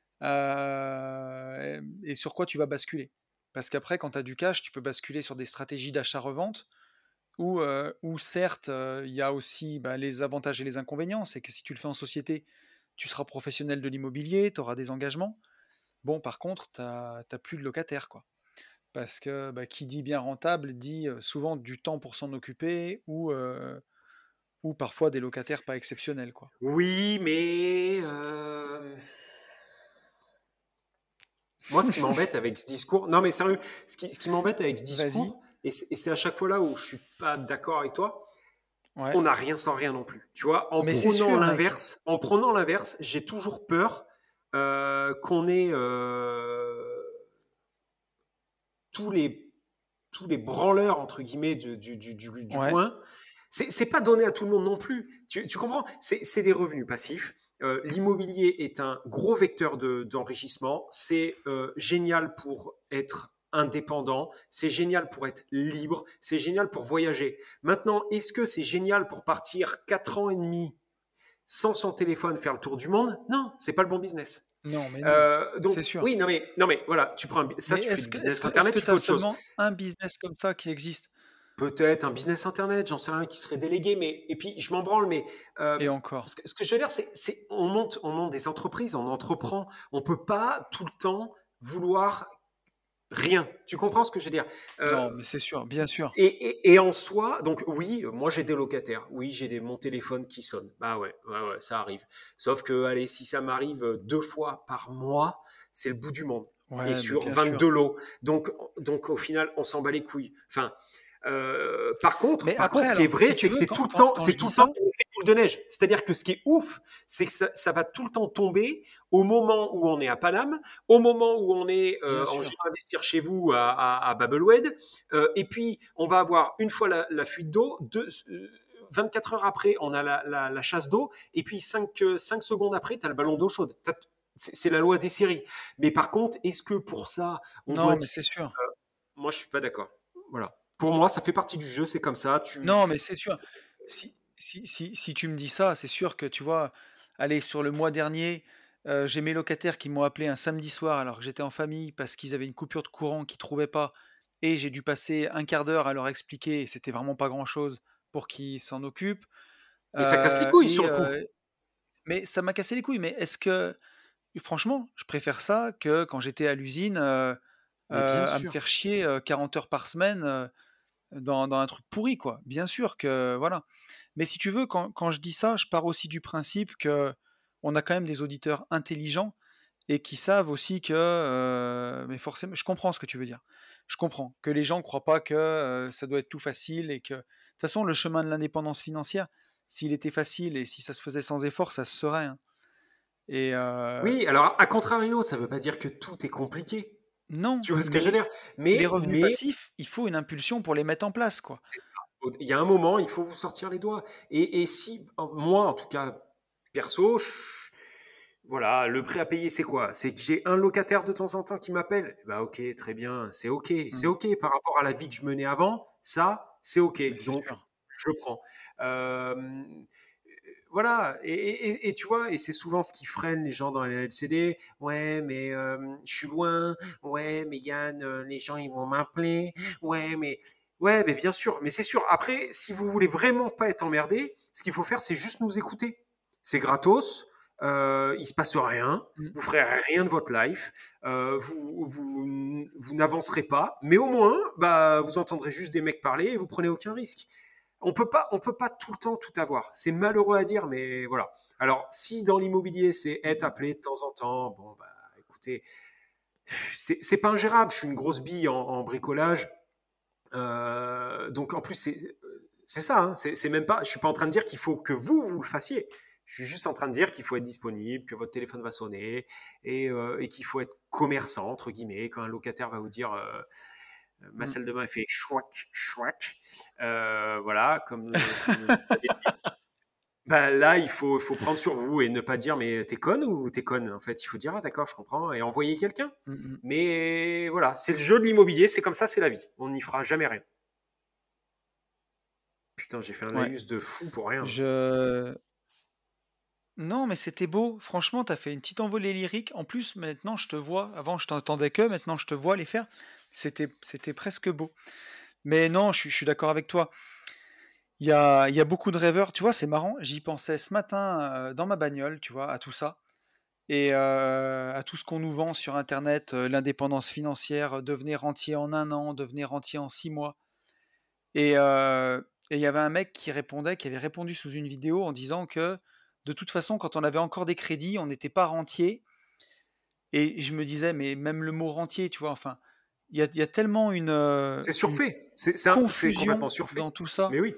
Euh, et sur quoi tu vas basculer? Parce qu'après, quand tu as du cash, tu peux basculer sur des stratégies d'achat-revente où, euh, où certes, euh, il y a aussi bah, les avantages et les inconvénients. C'est que si tu le fais en société, tu seras professionnel de l'immobilier, tu auras des engagements. Bon, par contre, tu n'as plus de locataires, quoi. Parce que bah, qui dit bien rentable dit euh, souvent du temps pour s'en occuper ou, euh, ou parfois des locataires pas exceptionnels, quoi. Oui, mais euh, moi, ce qui m'embête avec ce discours, non mais sérieux, ce qui, ce qui m'embête avec ce Vas-y, discours, et c'est et c'est à chaque fois là où je suis pas d'accord avec toi, ouais. on n'a rien sans rien non plus. Tu vois, en Mais c'est prenant sûr, mec. l'inverse, en prenant l'inverse, j'ai toujours peur euh, qu'on ait euh, tous les tous les branleurs entre guillemets du, du, du, du, du Ouais, coin. C'est c'est pas donné à tout le monde non plus. Tu, tu comprends? C'est c'est des revenus passifs. Euh, L'immobilier est un gros vecteur de- d'enrichissement. C'est euh, génial pour être indépendant, c'est génial pour être libre, c'est génial pour voyager. Maintenant, est-ce que c'est génial pour partir quatre ans et demi sans son téléphone faire le tour du monde? Non, c'est pas le bon business. Non, mais non, Euh, donc c'est sûr. oui, non mais non mais voilà, tu prends un, ça, Mais tu fais est-ce du que est-ce business que est-ce internet, que tu tu fais as autre chose. seulement un business comme ça qui existe? Peut-être un business internet, j'en sais rien, qui serait délégué, mais et puis je m'en branle, mais euh, Et encore. ce, que, ce que je veux dire, c'est, c'est on monte, on monte des entreprises, on entreprend, on peut pas tout le temps vouloir rien. Tu comprends ce que je veux dire? Euh, Non, mais c'est sûr, bien sûr. et, et, et en soi, donc oui, moi j'ai des locataires, oui j'ai des, mon téléphone qui sonne, bah ouais, ouais, ouais, ça arrive. Sauf que, allez, si ça m'arrive deux fois par mois, c'est le bout du monde. Et Ouais, mais sur bien sûr. vingt-deux lots. Donc, donc au final, on s'en bat les couilles. Enfin, euh, par contre, Mais par contre, après, ce qui est alors, vrai, si c'est tu que veux, c'est quand, tout le quand, temps, quand c'est je tout dis le temps ça, une effet boule de neige. C'est-à-dire que ce qui est ouf, c'est que ça, ça va tout le temps tomber au moment où on est à Paname, au moment où on est bien euh, en sûr. J'irai investir chez vous à, à, à Babelwed, euh, et puis on va avoir une fois la, la fuite d'eau, deux, euh, vingt-quatre heures après, on a la, la, la chasse d'eau, et puis cinq, euh, cinq secondes après, tu as le ballon d'eau chaude. T'as- C'est c'est la loi des séries. Mais par contre, est-ce que pour ça, on doit Non, mais dire... c'est sûr. Moi, je suis pas d'accord. Voilà. Pour moi, ça fait partie du jeu, c'est comme ça. Tu... Non, mais c'est sûr. Si, si, si, si tu me dis ça, c'est sûr que tu vois, allez, sur le mois dernier, euh, j'ai mes locataires qui m'ont appelé un samedi soir alors que j'étais en famille parce qu'ils avaient une coupure de courant qu'ils trouvaient pas. Et j'ai dû passer un quart d'heure à leur expliquer, et c'était vraiment pas grand-chose pour qu'ils s'en occupent. Mais ça casse les Euh, couilles sur et, le coup. euh, mais ça m'a cassé les couilles. Mais est-ce que, franchement, je préfère ça que quand j'étais à l'usine euh, Mais bien euh, à me sûr. faire chier euh, quarante heures par semaine euh, dans, dans un truc pourri, quoi. Bien sûr que, voilà. Mais si tu veux, quand, quand je dis ça, je pars aussi du principe que on a quand même des auditeurs intelligents et qui savent aussi que, euh, mais forcément, je comprends ce que tu veux dire. Je comprends que les gens ne croient pas que euh, ça doit être tout facile et que, de toute façon, le chemin de l'indépendance financière, s'il était facile et si ça se faisait sans effort, ça se serait, hein. Et euh, Oui, alors à contrario, ça veut pas dire que tout est compliqué. non, Tu vois ce que je veux mais dire? les Mais, revenus mais passifs, il faut une impulsion pour les mettre en place, quoi. c'est ça. Il y a un moment, il faut vous sortir les doigts. Et, et si, moi, en tout cas, perso, je- voilà, le prêt à payer, c'est quoi? C'est que j'ai un locataire de temps en temps qui m'appelle. Bah ok, très bien, c'est ok, c'est Mm. ok par rapport à la vie que je menais avant. Ça, c'est ok. Mais c'est Donc, sûr. je le prends. Euh, voilà, et, et- et tu vois, et c'est souvent ce qui freine les gens dans les L C D. Ouais, mais euh, je suis loin. Ouais, mais Yann, euh, les gens ils vont m'appeler. Ouais, mais ouais, mais bien sûr, mais c'est sûr. Après, si vous voulez vraiment pas être emmerdé, ce qu'il faut faire, c'est juste nous écouter. C'est gratos. Euh, il se passe rien. Mm. Vous ferez rien de votre life. Euh, vous vous, vous n'avancerez pas, mais au moins, bah, vous entendrez juste des mecs parler et vous prenez aucun risque. On peut pas, on peut pas tout le temps tout avoir. C'est malheureux à dire, mais voilà. Alors, si dans l'immobilier, c'est être Mm. appelé de temps en temps, bon, bah, écoutez, c'est c'est pas ingérable. Je suis une grosse bille en, en bricolage. Euh, donc, en plus, c'est c'est ça. Hein, c'est c'est même pas. Je suis pas en train de dire qu'il faut que vous vous le fassiez. Je suis juste en train de dire qu'il faut être disponible, que votre téléphone va sonner et, euh, et qu'il faut être commerçant entre guillemets. Quand un locataire va vous dire euh, ma Mm. salle de bain elle fait chouac chouac, euh, voilà, comme le- comme vous l'avez dit. Bah là, il faut, faut prendre sur vous et ne pas dire mais t'es conne ou t'es conne. En fait, il faut dire ah d'accord, je comprends et envoyer quelqu'un. Mm, mm. Mais voilà, c'est le jeu de l'immobilier, c'est comme ça, c'est la vie. On n'y fera jamais rien. Putain, j'ai fait un Ouais. laïus de fou pour rien. Je... Non, mais c'était beau. Franchement, t'as fait une petite envolée lyrique. En plus, maintenant, je te vois. Avant, je t'entendais que. Maintenant, je te vois les faire. C'était, c'était presque beau. Mais non, je, suis je suis d'accord avec toi. Il y a, il y a beaucoup de rêveurs. Tu vois, c'est marrant. J'y pensais ce matin euh, dans ma bagnole, tu vois, à tout ça. Et euh, à tout ce qu'on nous vend sur Internet, euh, l'indépendance financière, euh, devenir rentier en un an, devenir rentier en six mois. Et euh, et il y avait un mec qui répondait, qui avait répondu sous une vidéo en disant que de toute façon, quand on avait encore des crédits, on n'était pas rentier. Et je me disais, mais même le mot rentier, tu vois, enfin, il y a, il y a tellement une, euh, C'est une surfait. C'est c'est un- c'est complètement confusion surfait. dans tout ça. Mais oui.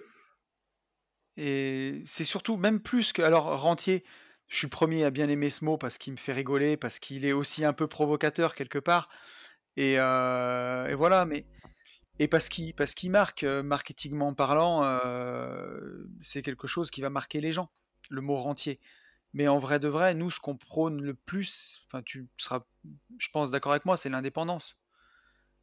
Et c'est surtout, même plus que. Alors, rentier, je suis le premier à bien aimer ce mot parce qu'il me fait rigoler, parce qu'il est aussi un peu provocateur quelque part. Et, euh, et voilà, mais. Et parce qu'il parce qu'il marque, euh, marketingment parlant, euh, c'est quelque chose qui va marquer les gens, le mot rentier. Mais en vrai de vrai, nous, ce qu'on prône le plus, enfin, tu seras, je pense, d'accord avec moi, c'est l'indépendance.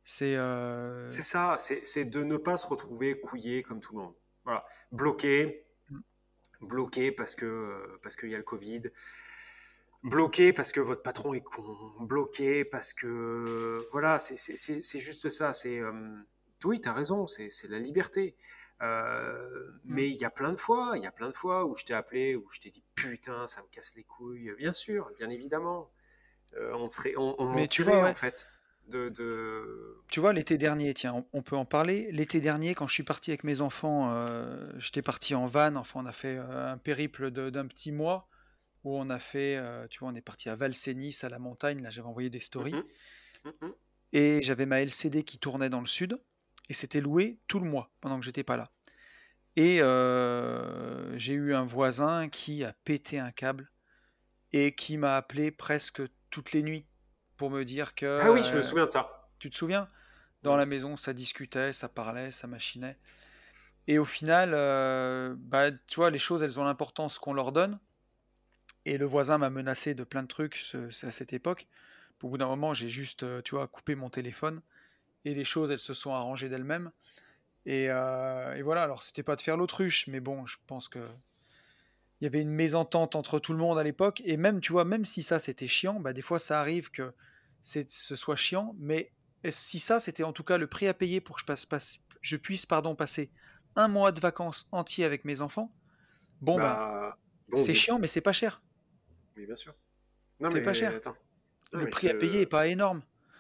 C'est euh, C'est ça, c'est c'est de ne pas se retrouver couillé comme tout le monde. Voilà, bloqué, bloqué parce que euh, parce qu'il y a le Covid, bloqué parce que votre patron est con, bloqué parce que voilà, c'est c'est c'est c'est juste ça. C'est euh, oui, t'as raison, c'est c'est la liberté. Euh, mm. mais il y a plein de fois, il y a plein de fois où je t'ai appelé, où je t'ai dit putain, ça me casse les couilles. Bien sûr, bien évidemment. Euh, on serait, on, on Mais tu vois, mentirait en ouais, fait. De, de... tu vois, l'été dernier, tiens, on, on peut en parler. L'été dernier, quand je suis parti avec mes enfants, euh, j'étais parti en van. Enfin, on a fait euh, un périple de- d'un petit mois où on a fait, euh, tu vois, on est parti à Valsénis, à la montagne. Là, j'avais envoyé des stories. Mhm, mhm. Et j'avais ma L C D qui tournait dans le sud. Et c'était loué tout le mois pendant que j'étais pas là. Et euh, j'ai eu un voisin qui a pété un câble et qui m'a appelé presque toutes les nuits pour me dire que, Ah oui, je me euh, souviens de ça. tu te souviens, dans Mhm, la maison, ça discutait, ça parlait, ça machinait. Et au final, euh, bah, tu vois, les choses, elles ont l'importance qu'on leur donne. Et le voisin m'a menacé de plein de trucs ce- à cette époque. Au bout d'un moment, j'ai juste, euh, tu vois, coupé mon téléphone et les choses, elles se sont arrangées d'elles-mêmes. Et, euh, et voilà, alors c'était pas de faire l'autruche, mais bon, je pense que il y avait une mésentente entre tout le monde à l'époque. Et même, tu vois, même si ça c'était chiant, bah des fois ça arrive que c'est, ce soit chiant, mais si ça c'était en tout cas le prix à payer pour que je, passe, passe- je puisse pardon, passer un mois de vacances entier avec mes enfants, bon ben bah, bon c'est deal. chiant, mais c'est pas cher. Oui, bien sûr. Non, C'est pas mais cher. attends. Non, Le mais je prix à payer est te. pas énorme.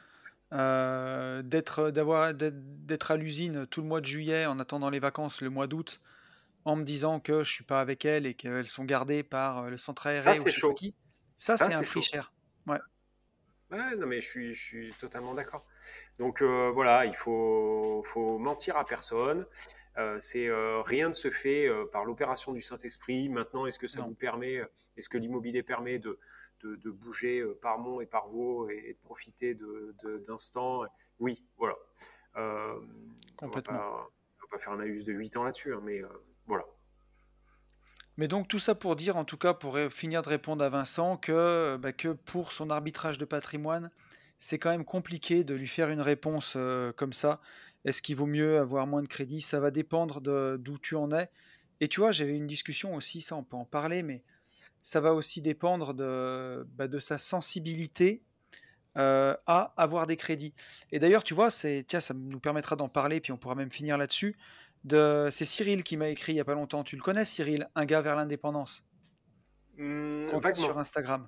Euh, d'être, d'avoir, d'être, d'être à l'usine tout le mois de juillet en attendant les vacances le mois d'août, en me disant que je suis pas avec elles et qu'elles sont gardées par le centre Ça, aéré ou c'est je sais pas chaud. qui, ça Ça, c'est un c'est prix chaud. cher. Ouais. Ouais, non, mais je suis, je suis totalement d'accord. Donc euh, voilà, il faut, faut mentir à personne. Euh, c'est euh, rien ne se fait euh, par l'opération du Saint-Esprit. Maintenant, est-ce que ça Non, vous permet, euh, est-ce que l'immobilier permet de, de, de bouger euh, par Mont et par Vaux et, et de profiter de, de- d'instants? Oui, voilà. Euh, on va complètement. pas, on va pas faire un laïus de huit ans là-dessus, hein, mais euh, voilà. Mais donc tout ça pour dire, en tout cas, pour ré- finir de répondre à Vincent, que, bah, que pour son arbitrage de patrimoine, c'est quand même compliqué de lui faire une réponse euh, comme ça. Est-ce qu'il vaut mieux avoir moins de crédit? Ça va dépendre de d'où tu en es. Et tu vois, j'avais une discussion aussi, ça on peut en parler, mais ça va aussi dépendre de, bah, de sa sensibilité euh, à avoir des crédits. Et d'ailleurs, tu vois, c'est, tiens, ça nous permettra d'en parler, puis on pourra même finir là-dessus. De, c'est Cyril qui m'a écrit il y a pas longtemps. Tu le connais, Cyril, un gars vers l'indépendance, Hum, qu'on a sur vaguement. Instagram,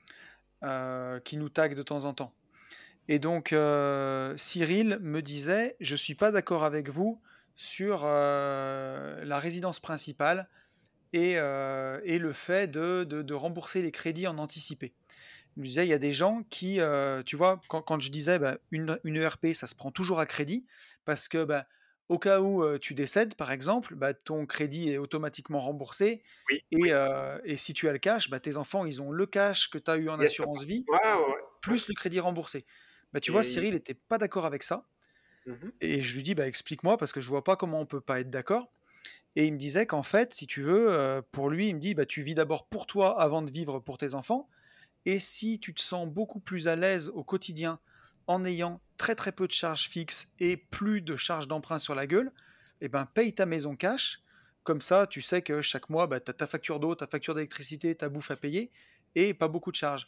euh, qui nous tague de temps en temps. Et donc, euh, Cyril me disait, je suis pas d'accord avec vous sur euh, la résidence principale et, euh, et le fait de, de, de rembourser les crédits en anticipé. Il me disait, il y a des gens qui, euh, tu vois, quand, quand je disais bah, une, une E R P, ça se prend toujours à crédit, parce que bah, au cas où euh, tu décèdes, par exemple, bah, ton crédit est automatiquement remboursé, Oui, et, oui, euh, et si tu as le cash, bah, tes enfants, ils ont le cash que tu as eu en bien sûr. assurance vie, Ouais, ouais, ouais. Ouais. plus le crédit remboursé. Bah, tu vois, Et, Cyril n'était pas d'accord avec ça, mhm. et je lui dis, bah, explique-moi, parce que je vois pas comment on peut pas être d'accord. Et il me disait qu'en fait, si tu veux, euh, pour lui, il me dit, bah, tu vis d'abord pour toi avant de vivre pour tes enfants. Et si tu te sens beaucoup plus à l'aise au quotidien en ayant très très peu de charges fixes et plus de charges d'emprunt sur la gueule, eh ben paye ta maison cash. Comme ça, tu sais que chaque mois, bah, tu as ta facture d'eau, ta facture d'électricité, ta bouffe à payer et pas beaucoup de charges.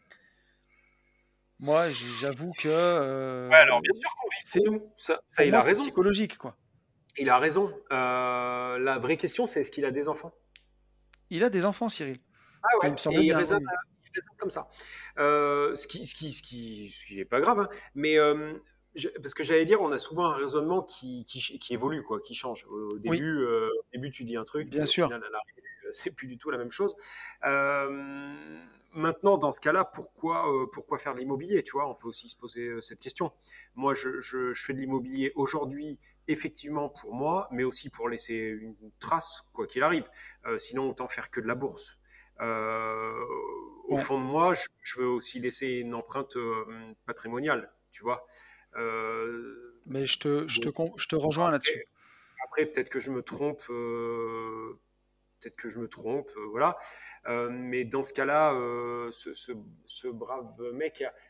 Moi, j'avoue que Ouais, alors euh, bien sûr qu'on vit pour c'est nous. Ça, ça, pour il moi a c'est raison. psychologique quoi. Il a raison. Euh, la vraie question, c'est est-ce qu'il a des enfants? Il a des enfants, Cyril. Ah Enfin, il ouais, me et semble il bien, oui, raisonne, oui. euh, il raisonne comme ça. Euh, ce qui, ce qui, ce qui, ce qui est pas grave, hein. Mais euh, je- parce que j'allais dire, on a souvent un raisonnement qui, qui, ch- qui évolue, quoi, qui change. Au Oui, début, euh, au début, tu dis un truc, bien puis au sûr. final, à l'arrivée, euh, c'est plus du tout la même chose. Euh, Maintenant, dans ce cas-là, pourquoi, euh, pourquoi faire de l'immobilier? Tu vois, on peut aussi se poser euh, cette question. Moi, je, je, je fais de l'immobilier aujourd'hui, effectivement pour moi, mais aussi pour laisser une trace, quoi qu'il arrive. Euh, sinon, autant faire que de la bourse. Euh, Au Ouais. fond de moi, je, je veux aussi laisser une empreinte euh, patrimoniale, tu vois. Euh, Mais je te, je te, bon, con- je te rejoins là-dessus. après, après, peut-être que je me trompe, euh, peut-être que je me trompe, euh, voilà. Euh, mais dans ce cas-là, euh, ce, ce, ce brave mec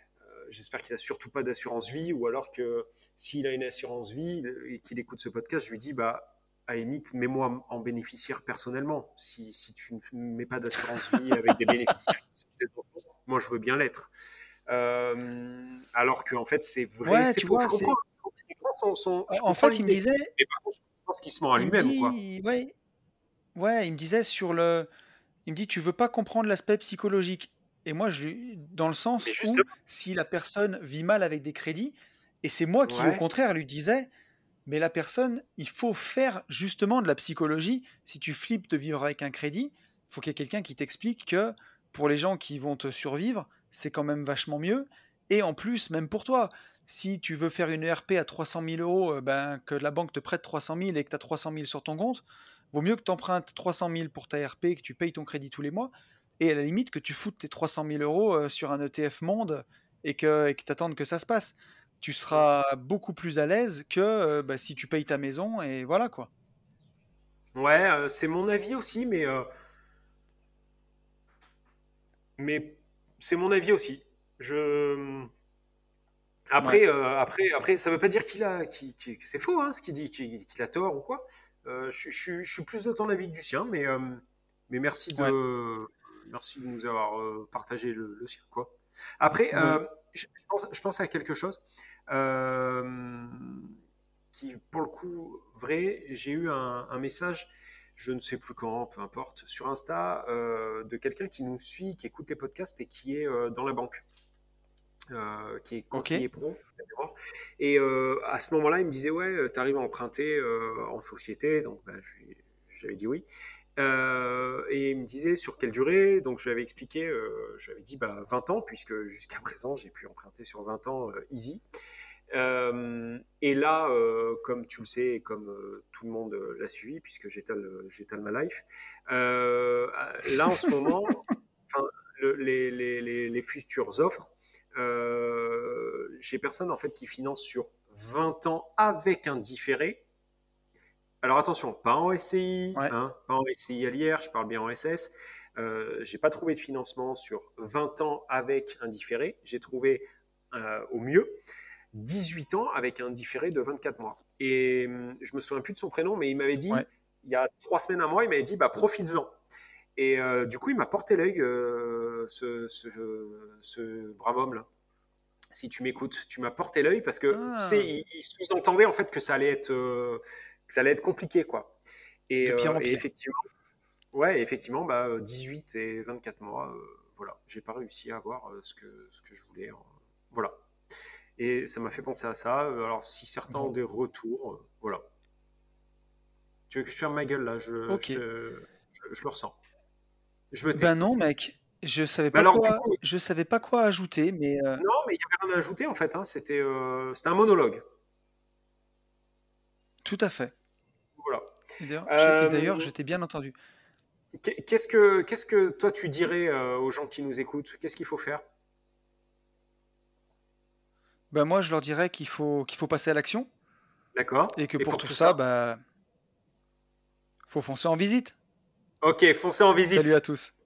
j'espère qu'il a surtout pas d'assurance vie, ou alors que s'il a une assurance vie et qu'il écoute ce podcast, je lui dis, bah, à la limite, mets-moi en bénéficiaire personnellement. Si, si tu ne mets pas d'assurance vie avec des bénéficiaires qui sont tes enfants, moi, je veux bien l'être. Euh, alors que, en fait, c'est vrai, Ouais, c'est tu faux. vois, Je comprends, c'est. je comprends son, son- En je en comprends fait, il me l'idée. disait, Mais par contre, je pense qu'il se ment à il me lui-même, quoi. dit, ouais, ouais, il me disait sur le, il me dit, tu veux pas comprendre l'aspect psychologique. Et moi, je, lui- dans le Mais sens où justement, si la personne vit mal avec des crédits, et c'est moi qui, au ouais. contraire, lui disais, mais la personne, il faut faire justement de la psychologie. Si tu flippes de vivre avec un crédit, il faut qu'il y ait quelqu'un qui t'explique que pour les gens qui vont te survivre, c'est quand même vachement mieux. Et en plus, même pour toi, si tu veux faire une E R P à trois cent mille euros, euh, ben, que la banque te prête trois cent mille et que tu as trois cent mille sur ton compte, vaut mieux que tu empruntes trois cent mille pour ta R P, que tu payes ton crédit tous les mois, et à la limite que tu foutes tes trois cent mille euros euh, sur un E T F monde et que tu attendes que ça se passe. Tu seras beaucoup plus à l'aise que euh, bah, si tu payes ta maison et voilà quoi. Ouais, euh, c'est mon avis aussi, mais, euh, mais c'est mon avis aussi. Je... Ouais. Après, euh, après, après, ça veut pas dire qu'il a, qu'il- qu'il- que c'est faux, hein, ce qu'il dit, qu'il qu'il a tort ou quoi. Euh, je, je- je suis plus de ton avis que du sien, mais, euh, mais merci Ouais. de, merci de nous avoir euh, partagé le, le sien, quoi. Après, Ouais. euh, je, je pense, je pense à quelque chose euh, qui, pour le coup, vrai. J'ai eu un, un message, je ne sais plus quand, peu importe, sur Insta, euh, de quelqu'un qui nous suit, qui écoute les podcasts et qui est euh, dans la banque, euh, qui est Ok. conseiller pro. Et euh, à ce moment-là, il me disait, ouais, tu arrives à emprunter euh, en société. Donc, bah, je lui- j'avais dit oui. Euh, et il me disait sur quelle durée. Donc, je lui avais expliqué, euh, je lui avais dit bah, vingt ans, puisque jusqu'à présent, j'ai pu emprunter sur vingt ans euh, easy. Euh, et là, euh, comme tu le sais, et comme euh, tout le monde euh, l'a suivi, puisque j'étale, j'étale ma life, euh, là en ce moment, enfin, le- les, les, les, les futures offres, euh, j'ai personne en fait qui finance sur vingt ans avec un différé. Alors attention, pas en S C I, Ouais. hein, pas en S C I à l'I R, je parle bien en S S. Euh, j'ai pas trouvé de financement sur vingt ans avec un différé. J'ai trouvé euh, au mieux dix-huit ans avec un différé de vingt-quatre mois. Et hum, je me souviens plus de son prénom, mais il m'avait dit, Ouais. il y a trois semaines, un mois, il m'avait dit, bah, profites-en. Et euh, du coup, il m'a porté l'œil, euh, ce, ce, ce brave homme-là. Si tu m'écoutes, tu m'as porté l'œil parce que, tu sais, Ah, il, il sous-entendait en fait que ça allait être, euh, que ça allait être compliqué, quoi. Et, de pire euh, en et pire. effectivement, ouais, effectivement, bah, dix-huit et vingt-quatre mois, euh, voilà, j'ai pas réussi à avoir euh, ce que, ce que je voulais. hein. Voilà. Et ça m'a fait penser à ça. Euh, Alors, si certains ont Bon. des retours, euh, voilà. Tu veux que je ferme ma gueule là je, je, Ok. te, je, je le ressens. Je me Ben tais. non, mec. Je savais Mais pas alors, du quoi. coup, Je savais pas quoi ajouter, mais euh, non, mais il n'y avait rien à ajouter en fait. hein. C'était euh, c'était un monologue. tout à fait. Voilà. Et d'ailleurs, j'ai- et d'ailleurs, Euh, je t'ai bien entendu. qu'est-ce que, qu'est-ce que toi tu dirais euh, aux gens qui nous écoutent? Qu'est-ce qu'il faut faire? Ben moi, je leur dirais qu'il faut qu'il faut passer à l'action et D'accord. que Et pour pour tout tout ça, ça? bah, faut foncer en visite. Ok, foncez en Salut visite. à tous.